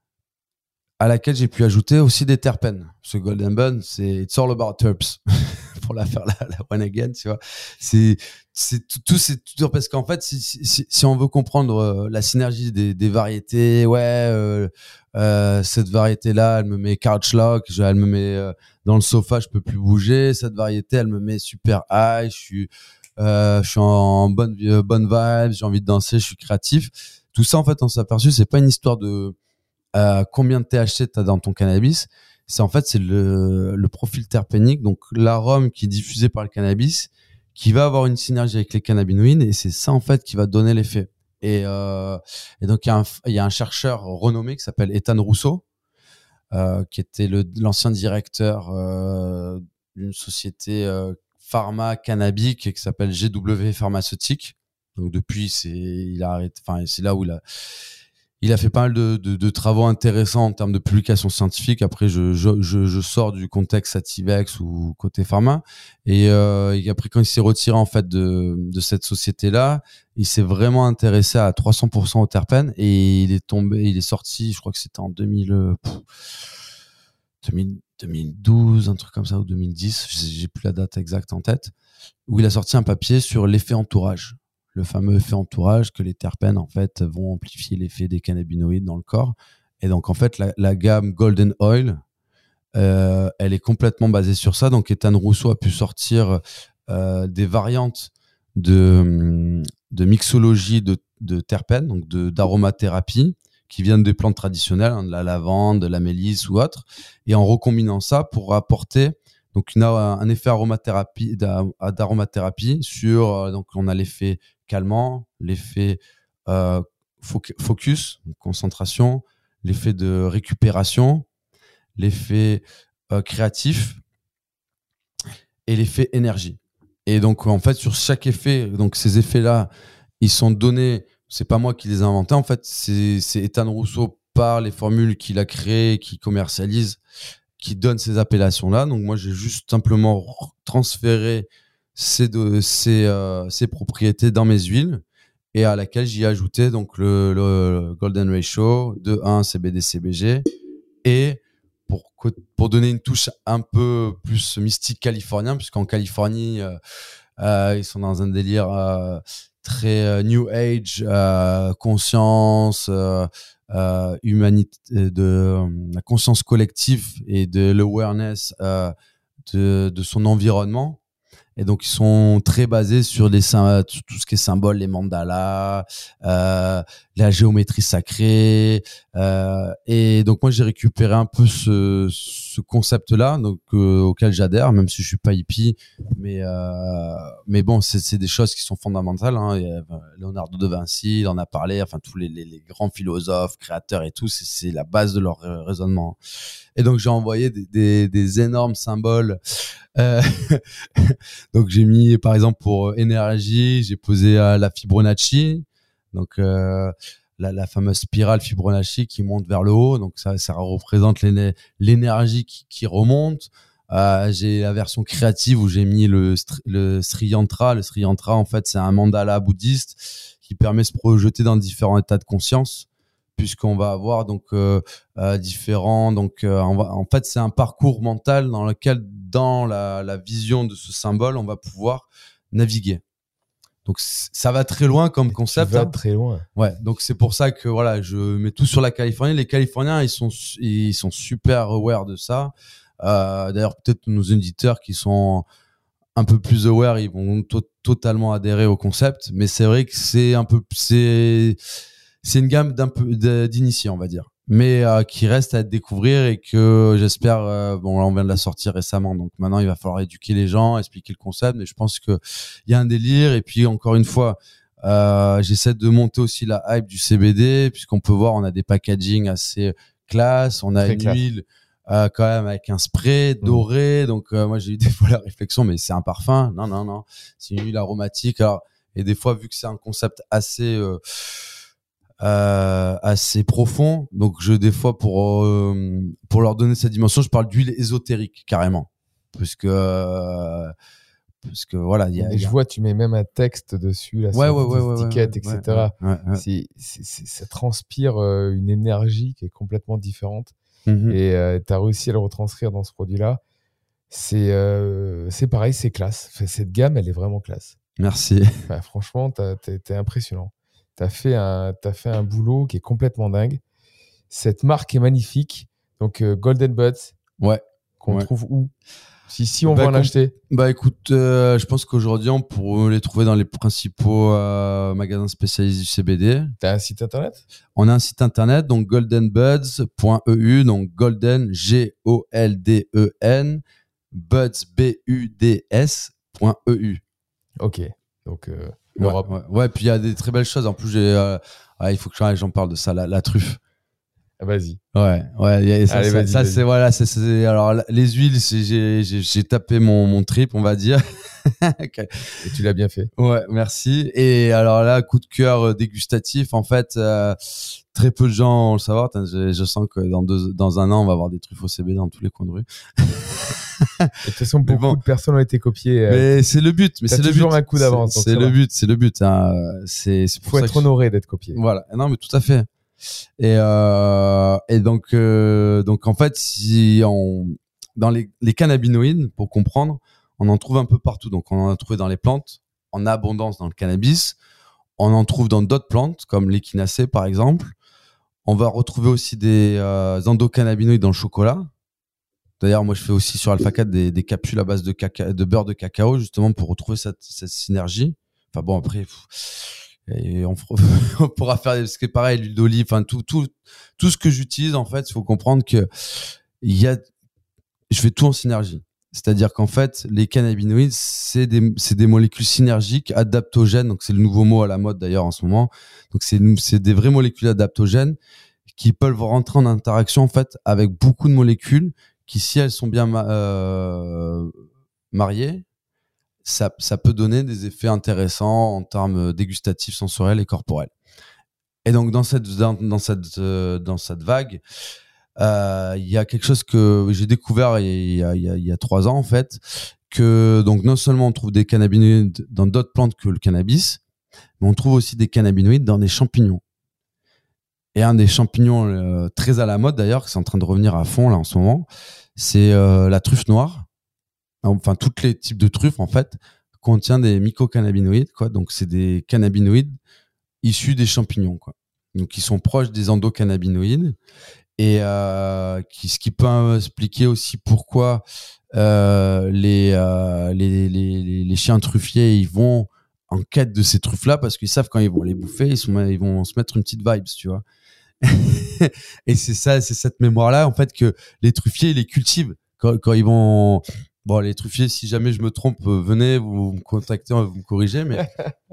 à laquelle j'ai pu ajouter aussi des terpènes. Ce Golden Bun, c'est it's all about terps. Pour la faire la, la one again, tu vois. C'est, c'est tout, tout c'est tout, parce qu'en fait, si, si, si on veut comprendre euh, la synergie des, des variétés, ouais, euh, euh, cette variété-là, elle me met couch lock, je- elle me met euh, dans le sofa, je peux plus bouger. Cette variété, elle me met super high, je suis, euh, je suis en bonne, euh, bonne vibe, j'ai envie de danser, je suis créatif. Tout ça, en fait, on s'est aperçu, c'est pas une histoire de euh, combien de T H C tu as dans ton cannabis. C'est en fait c'est le, le profil terpénique, donc l'arôme qui est diffusé par le cannabis, qui va avoir une synergie avec les cannabinoïdes, et c'est ça en fait qui va donner l'effet. Et, euh, et donc il y, a un, il y a un chercheur renommé qui s'appelle Ethan Rousseau, euh, qui était le, l'ancien directeur euh, d'une société euh, pharma cannabique qui s'appelle G W Pharmaceutique. Donc depuis, c'est il a arrêté. Enfin, c'est là où il a il a fait pas mal de, de, de travaux intéressants en termes de publications scientifiques. Après, je, je, je, je sors du contexte Sativex ou côté pharma. Et, euh, et après, quand il s'est retiré en fait de, de cette société-là, il s'est vraiment intéressé à trois cents pour cent aux terpènes, et il est tombé, il est sorti, je crois que c'était en deux mille, pff, deux mille, deux mille douze, un truc comme ça, ou deux mille dix, j'ai, j'ai plus la date exacte en tête, où il a sorti un papier sur l'effet entourage. Le fameux effet entourage, que les terpènes en fait vont amplifier l'effet des cannabinoïdes dans le corps. Et donc en fait la, la gamme Golden Oil, euh, elle est complètement basée sur ça. Donc Ethan Rousseau a pu sortir euh, des variantes de, de mixologie de, de terpènes, donc de, d'aromathérapie, qui viennent des plantes traditionnelles, hein, de la lavande, de la mélisse ou autre, et en recombinant ça pour apporter donc une, un effet aromathérapie, d'aromathérapie sur, donc on a l'effet calmant, l'effet euh, focus, concentration, l'effet de récupération, l'effet euh, créatif et l'effet énergie. Et donc en fait sur chaque effet, donc ces effets-là, ils sont donnés. C'est pas moi qui les ai inventés. En fait, c'est, c'est Ethan Rousseau par les formules qu'il a créées, qu'il commercialise, qui donne ces appellations-là. Donc moi, j'ai juste simplement transféré ces, de, ces, euh, ces propriétés dans mes huiles, et à laquelle j'y ai ajouté donc le, le Golden Ratio de un C B D C B G, et pour, pour donner une touche un peu plus mystique californien, puisqu'en Californie, euh, euh, ils sont dans un délire euh, très euh, New Age, euh, conscience, euh, euh, humanité, de euh, la conscience collective et de l'awareness euh, de, de son environnement. Et donc ils sont très basés sur les tout ce qui est symboles, les mandalas, euh, la géométrie sacrée. Euh, et donc moi j'ai récupéré un peu ce, ce concept-là, donc euh, auquel j'adhère, même si je suis pas hippie, mais euh, mais bon c'est, c'est des choses qui sont fondamentales. Hein. Il y a Leonardo de Vinci, il en a parlé, enfin tous les, les, les grands philosophes, créateurs et tout, c'est, c'est la base de leur raisonnement. Et donc j'ai envoyé des, des, des énormes symboles. Euh, donc j'ai mis par exemple pour énergie, j'ai posé euh, la Fibonacci, donc euh, la, la fameuse spirale Fibonacci qui monte vers le haut, donc ça, ça représente l'éne- l'énergie qui, qui remonte. Euh, j'ai la version créative où j'ai mis le, le Sri Yantra. Le Sri Yantra en fait c'est un mandala bouddhiste qui permet de se projeter dans différents états de conscience, puisqu'on va avoir donc euh, euh, différents donc euh, on va, en fait c'est un parcours mental dans lequel dans la, la vision de ce symbole on va pouvoir naviguer. Donc c- ça va très loin comme concept. Tu vas hein. très loin. Ouais, donc c'est pour ça que voilà, je mets tout sur la Californie. Les Californiens, ils sont ils sont super aware de ça. Euh, d'ailleurs, peut-être nos auditeurs qui sont un peu plus aware, ils vont to- totalement adhérer au concept. Mais c'est vrai que c'est un peu c'est c'est une gamme d'un peu d'initiés, on va dire, mais euh, qui reste à découvrir, et que j'espère, euh, bon là on vient de la sortir récemment, donc maintenant il va falloir éduquer les gens, expliquer le concept, mais je pense que il y a un délire. Et puis encore une fois, euh, j'essaie de monter aussi la hype du C B D, puisqu'on peut voir, on a des packaging assez classe, on a Très une classe. huile euh, quand même avec un spray doré, mmh. donc euh, moi j'ai eu des fois la réflexion, mais c'est un parfum? Non non non, c'est une huile aromatique. Alors, et des fois, vu que c'est un concept assez euh, Euh, assez profond, donc je des fois pour euh, pour leur donner cette dimension, je parle d'huile ésotérique carrément, puisque euh, parce que voilà, il y a. Mais il y je a- vois, tu mets même un texte dessus, là, Ouais, sur ouais, tes ouais, ouais, étiquettes, ouais, et cetera. ouais, ouais, ouais. C'est, c'est, c'est- ça transpire euh, une énergie qui est complètement différente. Mhm. Et tu as réussi à le retranscrire dans ce produit-là. C'est, euh, c'est pareil, c'est classe. Enfin, cette gamme, elle est vraiment classe. Merci. Enfin, franchement, t'as- t'es t'es impressionnant. Tu as fait, un- t'as fait un boulot qui est complètement dingue. Cette marque est magnifique. Donc, euh, Golden Buds, Ouais. qu'on Ouais. trouve où? Si, si on Bah, veut en qu'on- acheter. Bah écoute, euh, je pense qu'aujourd'hui on pourrait les trouver dans les principaux euh, magasins spécialisés du C B D. Tu as un site internet? On a un site internet, donc golden buds point e u, donc golden, G O L D E N, buds, B U D S, point E U. Ok. Donc, euh, Ouais, l'Europe. ouais, ouais, puis il y a des très belles choses. En plus, j'ai, euh, ah, il faut que j'en j'en parle de ça, la, la truffe. Ah, vas-y. Ouais, ouais, y a- ça, Allez, ça, vas-y, ça, vas-y. c'est voilà, c'est, c'est- alors la- les huiles, c'est, j'ai, j'ai, j'ai tapé mon, mon trip, on va dire. Ok. Et tu l'as bien fait. Ouais, merci. Et alors là, coup de cœur euh, dégustatif, en fait, euh, très peu de gens vont le savoir. Tain, Je, je sens que dans, deux, dans un an, on va avoir des truffes au C B D dans tous les coins de rue. Et de toute façon, Mais beaucoup bon. de personnes ont été copiées. euh, Mais c'est le but. Mais t'as c'est le toujours but. un coup d'avance, C'est, donc c'est ça le va. but. C'est le but. Hein. C'est, c'est Il pour faut ça être que- honoré d'être copié. Voilà. Non, mais tout à fait. Et, euh, et donc, euh, donc en fait, si on, dans les, les cannabinoïdes, pour comprendre, on en trouve un peu partout. Donc, on en a trouvé dans les plantes, en abondance dans le cannabis. On en trouve dans d'autres plantes, comme l'échinacée, par exemple. On va retrouver aussi des euh, endocannabinoïdes dans le chocolat. D'ailleurs, moi, je fais aussi sur Alpha quatre des, des capsules à base de, caca, de beurre de cacao, justement, pour retrouver cette, cette synergie. Enfin bon, après, pff, et on, fera- on pourra faire ce qui est pareil, l'huile d'olive, enfin, tout, tout, tout ce que j'utilise, en fait, il faut comprendre que il y a, je fais tout en synergie. C'est-à-dire qu'en fait, les cannabinoïdes, c'est des, c'est des molécules synergiques, adaptogènes. Donc, c'est le nouveau mot à la mode d'ailleurs en ce moment. Donc, c'est, c'est des vraies molécules adaptogènes qui peuvent rentrer en interaction en fait avec beaucoup de molécules qui, si elles sont bien ma- euh, mariées, ça, ça peut donner des effets intéressants en termes dégustatifs, sensoriels et corporels. Et donc, dans cette, dans, dans cette, euh, dans cette vague, euh, il y a quelque chose que j'ai découvert il y a, il y a, il y a trois ans, en fait, que donc non seulement on trouve des cannabinoïdes dans d'autres plantes que le cannabis, mais on trouve aussi des cannabinoïdes dans des champignons. Et un des champignons euh, très à la mode d'ailleurs, qui est en train de revenir à fond là en ce moment, c'est euh, la truffe noire. Enfin, tous les types de truffes, en fait, contiennent des mycocannabinoïdes, quoi. Donc, c'est des cannabinoïdes issus des champignons, quoi. Donc, ils sont proches des endocannabinoïdes. Et euh, qui, ce qui peut expliquer aussi pourquoi euh, les, euh, les, les, les, les chiens truffiers, ils vont en quête de ces truffes-là, parce qu'ils savent quand ils vont les bouffer, ils, sont, ils vont se mettre une petite vibe, tu vois. Et c'est ça, c'est cette mémoire-là, en fait, que les truffiers, ils les cultivent. Quand, quand ils vont... Bon, les truffiers, si jamais je me trompe, euh, venez, vous, vous me contactez, vous me corrigez, mais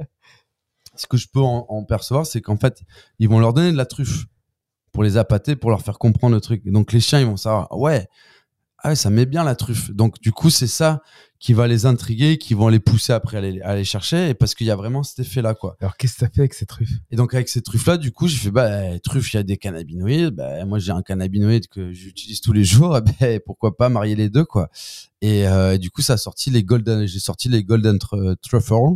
ce que je peux en, en percevoir, c'est qu'en fait, ils vont leur donner de la truffe pour les appâter, pour leur faire comprendre le truc. Et donc, les chiens, ils vont savoir, ouais, ah ouais, ça met bien la truffe. Donc, du coup, c'est ça qui va les intriguer, qui vont les pousser après à aller, à aller chercher, et parce qu'il y a vraiment cet effet-là, quoi. Alors, qu'est-ce que ça fait avec ces truffes? Et donc, avec ces truffes-là, du coup, j'ai fait, bah, truffe, il y a des cannabinoïdes. Bah, moi, j'ai un cannabinoïde que j'utilise tous les jours. Bah, pourquoi pas marier les deux, quoi. Et euh, du coup, ça a sorti les golden, j'ai sorti les golden tr- truffles.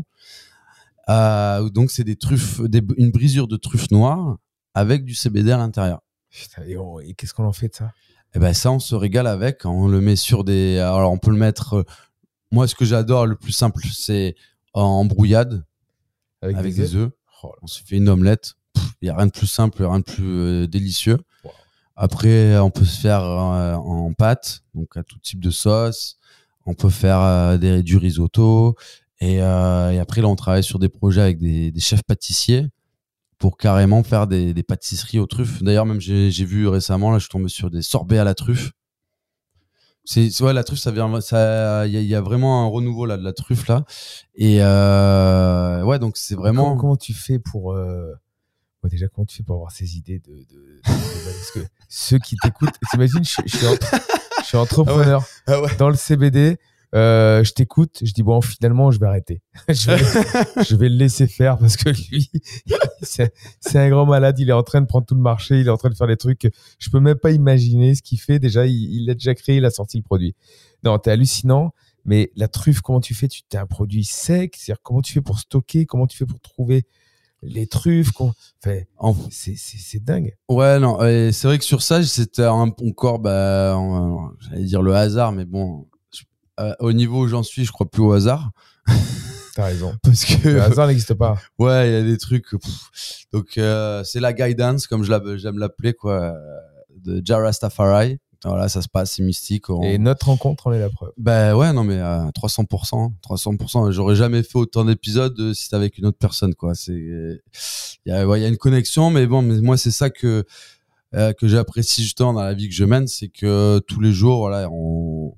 Euh, donc, c'est des truffes, des, une brisure de truffes noires avec du C B D à l'intérieur. Putain, et, on- et qu'est-ce qu'on en fait de ça? Et ben, ça, on se régale avec. On le met sur des, alors, on peut le mettre, moi, ce que j'adore le plus simple, c'est en brouillade Avec, avec des des œufs? œufs. Oh là. On se fait une omelette. Il n'y a rien de plus simple, rien de plus euh, délicieux. Wow. Après, on peut se faire euh, en pâte, donc à tout type de sauce. On peut faire euh, des, du risotto. Et, euh, et après, là, on travaille sur des projets avec des, des chefs pâtissiers pour carrément faire des, des pâtisseries aux truffes. D'ailleurs, même j'ai, j'ai vu récemment, là, je suis tombé sur des sorbets à la truffe. C'est, c'est ouais, la truffe, ça vient, ça, il y, y a vraiment un renouveau là de la truffe là. Et euh, ouais, donc c'est vraiment. Comment, comment tu fais pour euh... bon, déjà comment tu fais pour avoir ces idées de, de, de- de- parce que ceux qui t'écoutent, t'imagines, je, je suis entre- je suis entrepreneur Ah ouais. dans le C B D. Euh, je t'écoute, je dis bon finalement je vais arrêter, je, vais, je vais le laisser faire parce que lui c'est, c'est un grand malade, il est en train de prendre tout le marché, il est en train de faire des trucs, je peux même pas imaginer ce qu'il fait. Déjà il, il l'a déjà créé, il a sorti le produit. Non, t'es hallucinant, Mais la truffe, comment tu fais? Tu as un produit sec, c'est-à-dire comment tu fais pour stocker, comment tu fais pour trouver les truffes, qu'on... enfin, En- c'est, c'est, c'est dingue. Ouais, non, et c'est vrai que sur ça, c'était un, encore, bah, on- j'allais dire le hasard, mais bon, je- euh, au niveau où j'en suis, je crois plus au hasard. T'as raison. Parce que, Le hasard n'existe pas. ouais, il y a des trucs. pff. Donc, euh, c'est la guidance, comme je l'app- j'aime l'appeler, quoi, euh, de Jah Rastafari. Voilà, ça se passe, c'est mystique. On... Et notre rencontre en est la preuve. Ben ouais, non, mais à trois cents pour cent, trois cents pour cent. J'aurais jamais fait autant d'épisodes euh, si c'était avec une autre personne, quoi. C'est, il y a, ouais, il y a une connexion, mais bon, mais moi, c'est ça que, euh, que j'apprécie justement dans la vie que je mène, c'est que tous les jours, voilà, on,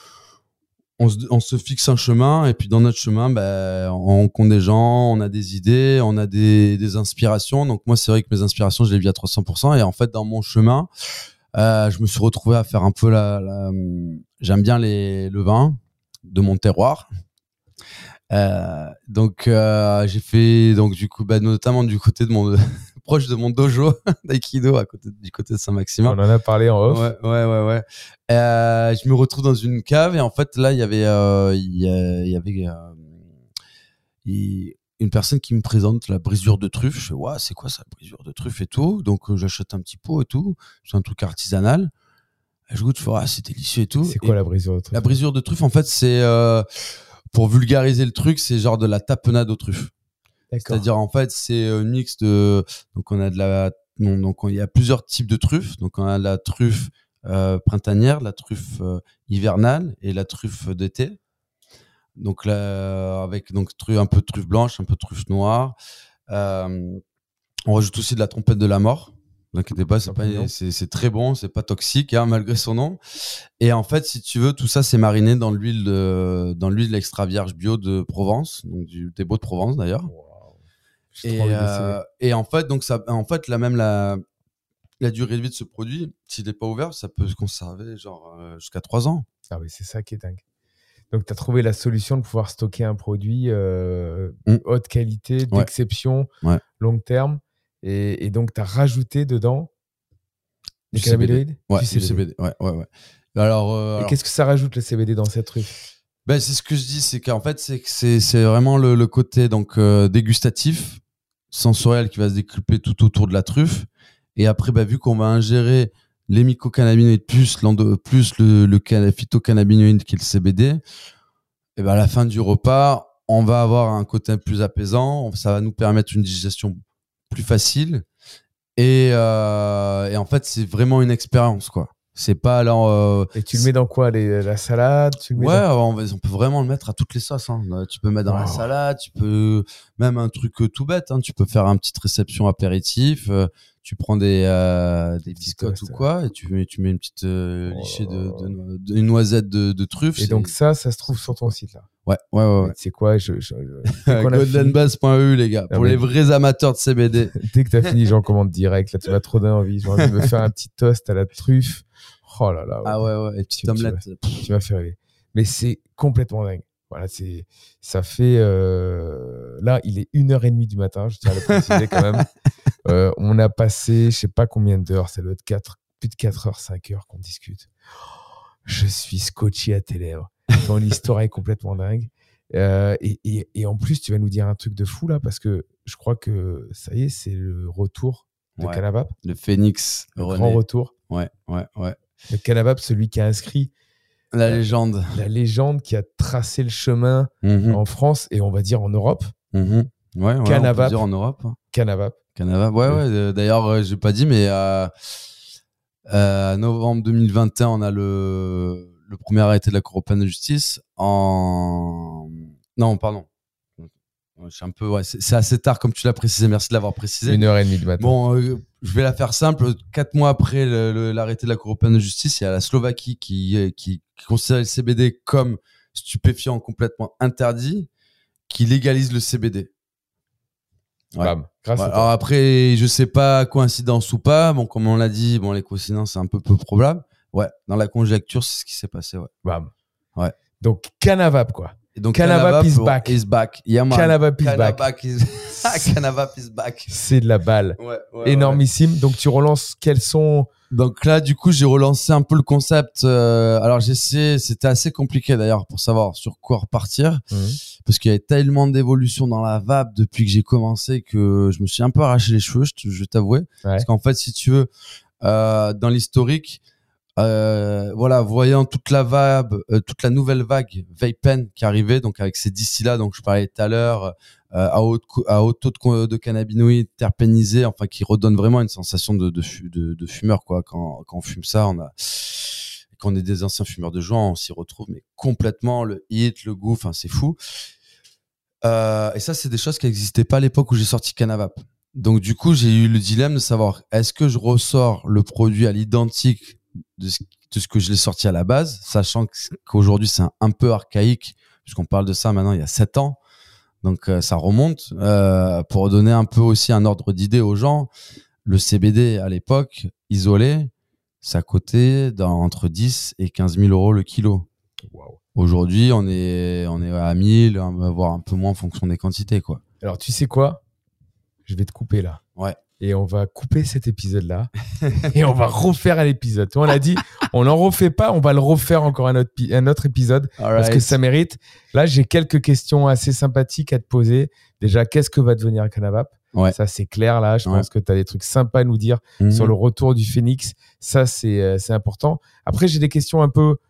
on se, on se fixe un chemin, et puis dans notre chemin, ben, on rencontre des gens, on a des idées, on a des, des inspirations. Donc moi, c'est vrai que mes inspirations, je les vis à trois cents pour cent, et en fait, dans mon chemin, Euh, je me suis retrouvé à faire un peu la, la... j'aime bien les, le vin de mon terroir. Euh, donc euh, j'ai fait donc du coup bah, notamment du côté de mon proche de mon dojo d'aïkido à côté du côté de Saint-Maximin. On en a parlé en off. Ouais ouais ouais ouais. Euh, je me retrouve dans une cave et en fait là il y avait euh, il y, a- il y avait euh, il- une personne qui me présente la brisure de truffe. Je fais, ouais, c'est quoi ça, brisure de truffe et tout. Donc, euh, j'achète un petit pot et tout. C'est un truc artisanal. Et je goûte, je fais, ah, c'est délicieux et tout. C'est quoi Et la brisure de truffe? la brisure de truffe, en fait, c'est, euh, pour vulgariser le truc, c'est genre de la tapenade aux truffes. D'accord. C'est-à-dire, en fait, c'est un mix de, donc on a de la, non, donc on- il y a plusieurs types de truffes. Donc, on a la truffe euh, printanière, la truffe euh, hivernale et la truffe d'été. Donc là, avec donc tru- un peu de truffe blanche, un peu de truffe noire. Euh, on rajoute aussi de la trompette de la mort. Ne vous inquiétez pas, c'est, pas, c'est, c'est très bon, c'est pas toxique, hein, malgré son nom. Et en fait, si tu veux, tout ça, c'est mariné dans l'huile, de, dans l'huile extra vierge bio de Provence, donc du, des Beaux de Provence d'ailleurs. Wow. J'ai Et, trop envie euh, et en fait, donc ça, en fait, la même la, la durée de vie de ce produit, s'il n'est pas ouvert, ça peut se conserver genre euh, jusqu'à trois ans. Ah oui, c'est ça qui est dingue. Donc, tu as trouvé la solution de pouvoir stocker un produit euh, Mm. haute qualité, Ouais. d'exception, Ouais. long terme. Et, et donc, tu as rajouté dedans des Du C B D. cannabinoïdes? Ouais, Du du C B D. Ouais, ouais, ouais. Alors, euh, Et alors- qu'est-ce que ça rajoute, le C B D, dans cette truffe? Ben, c'est ce que je dis, c'est qu'en fait, c'est, que c'est, c'est vraiment le, le côté donc, euh, dégustatif, sensoriel qui va se décupler tout autour de la truffe. Et après, ben, vu qu'on va ingérer les mycocannabinoïdes plus, l'endo, plus le, le can- phytocannabinoïde qui est le C B D, et ben, à la fin du repas, on va avoir un côté plus apaisant. Ça va nous permettre une digestion plus facile. Et, euh, et en fait, c'est vraiment une expérience, quoi. C'est pas alors. Euh, Et tu le mets dans quoi? les, La salade tu le mets Ouais, dans... on, va- on peut vraiment le mettre à toutes les sauces. Hein. Euh, Tu peux mettre dans la Wow. salade, tu peux même un truc euh, tout bête. Hein. Tu peux faire une petite réception apéritif. euh, tu prends des euh, des biscottes toasts, ou quoi, et tu mets tu mets une petite euh, Oh lichée là de, là. de, de- une noisette de, de truffe. Et c'est- donc, ça, ça se trouve sur ton site, là. ouais, ouais, ouais. ouais. C'est quoi je, je, je- dès qu'on a fini- goldenbuzz point e u les gars, Ah pour ouais. les vrais amateurs de C B D. Dès que tu as fini, j'en commande direct. Là, tu m'as trop donné envie. J'ai envie de me faire un petit toast à la truffe. Oh là là. Ah ouais, ouais, et petite Tu- tu omelette. Tu m'as fait rêver. Mais c'est complètement dingue. Voilà, c'est, ça fait. euh, Là, il est une heure et demie du matin, je tiens à le préciser quand même. Euh, on a passé, je sais pas combien d'heures, ça doit être quatre, plus de quatre heures, cinq heures qu'on discute. Je suis scotché à tes lèvres. Ton histoire est complètement dingue. Euh, et, et, et en plus, tu vas nous dire un truc de fou là, parce que je crois que ça y est, c'est le retour de Ouais. Canavap. Le Phoenix, Le René. grand retour. Ouais, ouais, ouais. Le Canavap, celui qui a inscrit La légende. la légende qui a tracé le chemin Mhm, en France et on va dire en Europe. mhm. Ouais, ouais, on Canavap. peut dire en Europe. hein. Canavap. Canava, ouais, Oui. ouais. euh, D'ailleurs, euh, j'ai pas dit, mais euh, euh, novembre deux mille vingt et un, on a le, le premier arrêté de la Cour européenne de justice. En non, pardon. Je suis un peu, ouais, c'est c'est assez tard, comme tu l'as précisé. Merci de l'avoir précisé. Une heure et demie du matin. Bon, euh, je vais la faire simple. Quatre mois après le- le- l'arrêté de la Cour européenne de justice, il y a la Slovaquie qui, euh, qui, qui considère le C B D comme stupéfiant complètement interdit, qui légalise le C B D. Ouais. Bam. Grâce Ouais, à alors toi. après, je sais pas coïncidence ou pas. Bon, comme on l'a dit, bon, les coïncidences, c'est un peu peu probable. Ouais, dans la conjecture, c'est ce qui s'est passé. Ouais. Bam. Ouais. Donc, Canavap, quoi. Et donc, Canavap is back. Is back. Yeah, man. Canavap is back. Canavap is Canavap is back. C'est de la balle. Ouais, ouais, Énormissime. Donc, tu relances quels sont Donc là, du coup, j'ai relancé un peu le concept. Euh, alors, j'essaie, c'était assez compliqué d'ailleurs pour savoir sur quoi repartir. Mmh. Parce qu'il y avait tellement d'évolution dans la vape depuis que j'ai commencé que je me suis un peu arraché les cheveux, je, je vais t'avouer. Ouais. Parce qu'en fait, si tu veux, euh, dans l'historique, euh, voilà, voyant toute la vape, euh, toute la nouvelle vague Vapen qui arrivait, donc avec ces distillats dont je parlais tout à l'heure, Euh, à haut à haut taux de, de cannabinoïdes terpénisés, enfin qui redonne vraiment une sensation de de, de, de fumeur quoi. Quand quand on fume ça, on a quand on est des anciens fumeurs de joint, on s'y retrouve mais complètement, le hit, le goût, enfin c'est fou. Euh, et ça c'est des choses qui n'existaient pas à l'époque où j'ai sorti Canavap. Donc du coup j'ai eu le dilemme de savoir est-ce que je ressors le produit à l'identique de ce, de ce que je l'ai sorti à la base, sachant qu'aujourd'hui c'est un, un peu archaïque puisqu'on parle de ça maintenant il y a sept ans. Donc euh, ça remonte euh, pour donner un peu aussi un ordre d'idée aux gens. Le C B D à l'époque isolé, ça coûtait dans, entre dix et quinze mille euros le kilo. Wow. Aujourd'hui, on est on est à mille, voire un peu moins en fonction des quantités quoi. Alors tu sais quoi ? Je vais te couper là. Ouais. Et on va couper cet épisode-là et on va refaire un épisode. On l'a dit, on n'en refait pas, on va le refaire encore un autre, un autre épisode All parce right. que ça mérite. Là, j'ai quelques questions assez sympathiques à te poser. Déjà, qu'est-ce que va devenir Canavap ? Ouais. Ça, c'est clair là. Je ouais. pense que tu as des trucs sympas à nous dire mm-hmm. sur le retour du Phénix. Ça, c'est, euh, c'est important. Après, j'ai des questions un peu,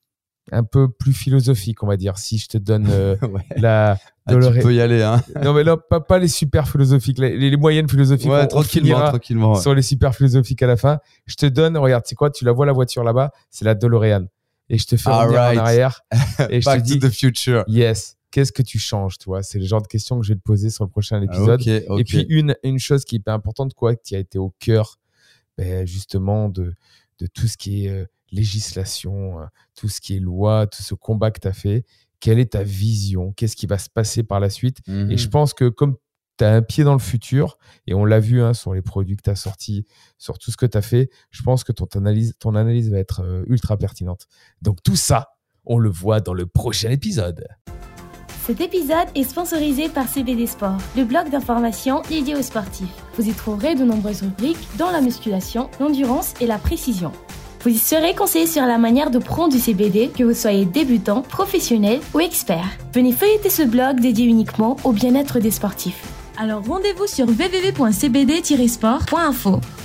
un peu plus philosophiques, on va dire. Si je te donne euh, ouais. la... Ah, tu peux y aller, hein. Non, mais là, pas, pas les super philosophiques, les, les moyennes philosophiques. Ouais, on, tranquillement, on tranquillement. Ouais. Sur les super philosophiques à la fin. Je te donne, regarde, tu sais quoi, tu la vois la voiture là-bas, c'est la DeLorean. Et je te fais revenir right. en arrière. Et je Back te dis, to the future. Yes. Qu'est-ce que tu changes, toi ? C'est le genre de questions que je vais te poser sur le prochain épisode. Okay, okay. Et puis, une, une chose qui est hyper importante, quoi, qui a été au cœur, ben, justement, de, de tout ce qui est euh, législation, tout ce qui est loi, tout ce combat que tu as fait. Quelle est ta vision ? Qu'est-ce qui va se passer par la suite ? mmh. Et je pense que comme tu as un pied dans le futur, et on l'a vu hein, sur les produits que tu as sortis, sur tout ce que tu as fait, je pense que ton analyse, ton analyse va être euh, ultra pertinente. Donc tout ça, on le voit dans le prochain épisode. Cet épisode est sponsorisé par C B D Sport, le blog d'information dédié aux sportifs. Vous y trouverez de nombreuses rubriques dans la musculation, l'endurance et la précision. Vous y serez conseillé sur la manière de prendre du C B D, que vous soyez débutant, professionnel ou expert. Venez feuilleter ce blog dédié uniquement au bien-être des sportifs. Alors rendez-vous sur w w w point c b d tiret sport point info.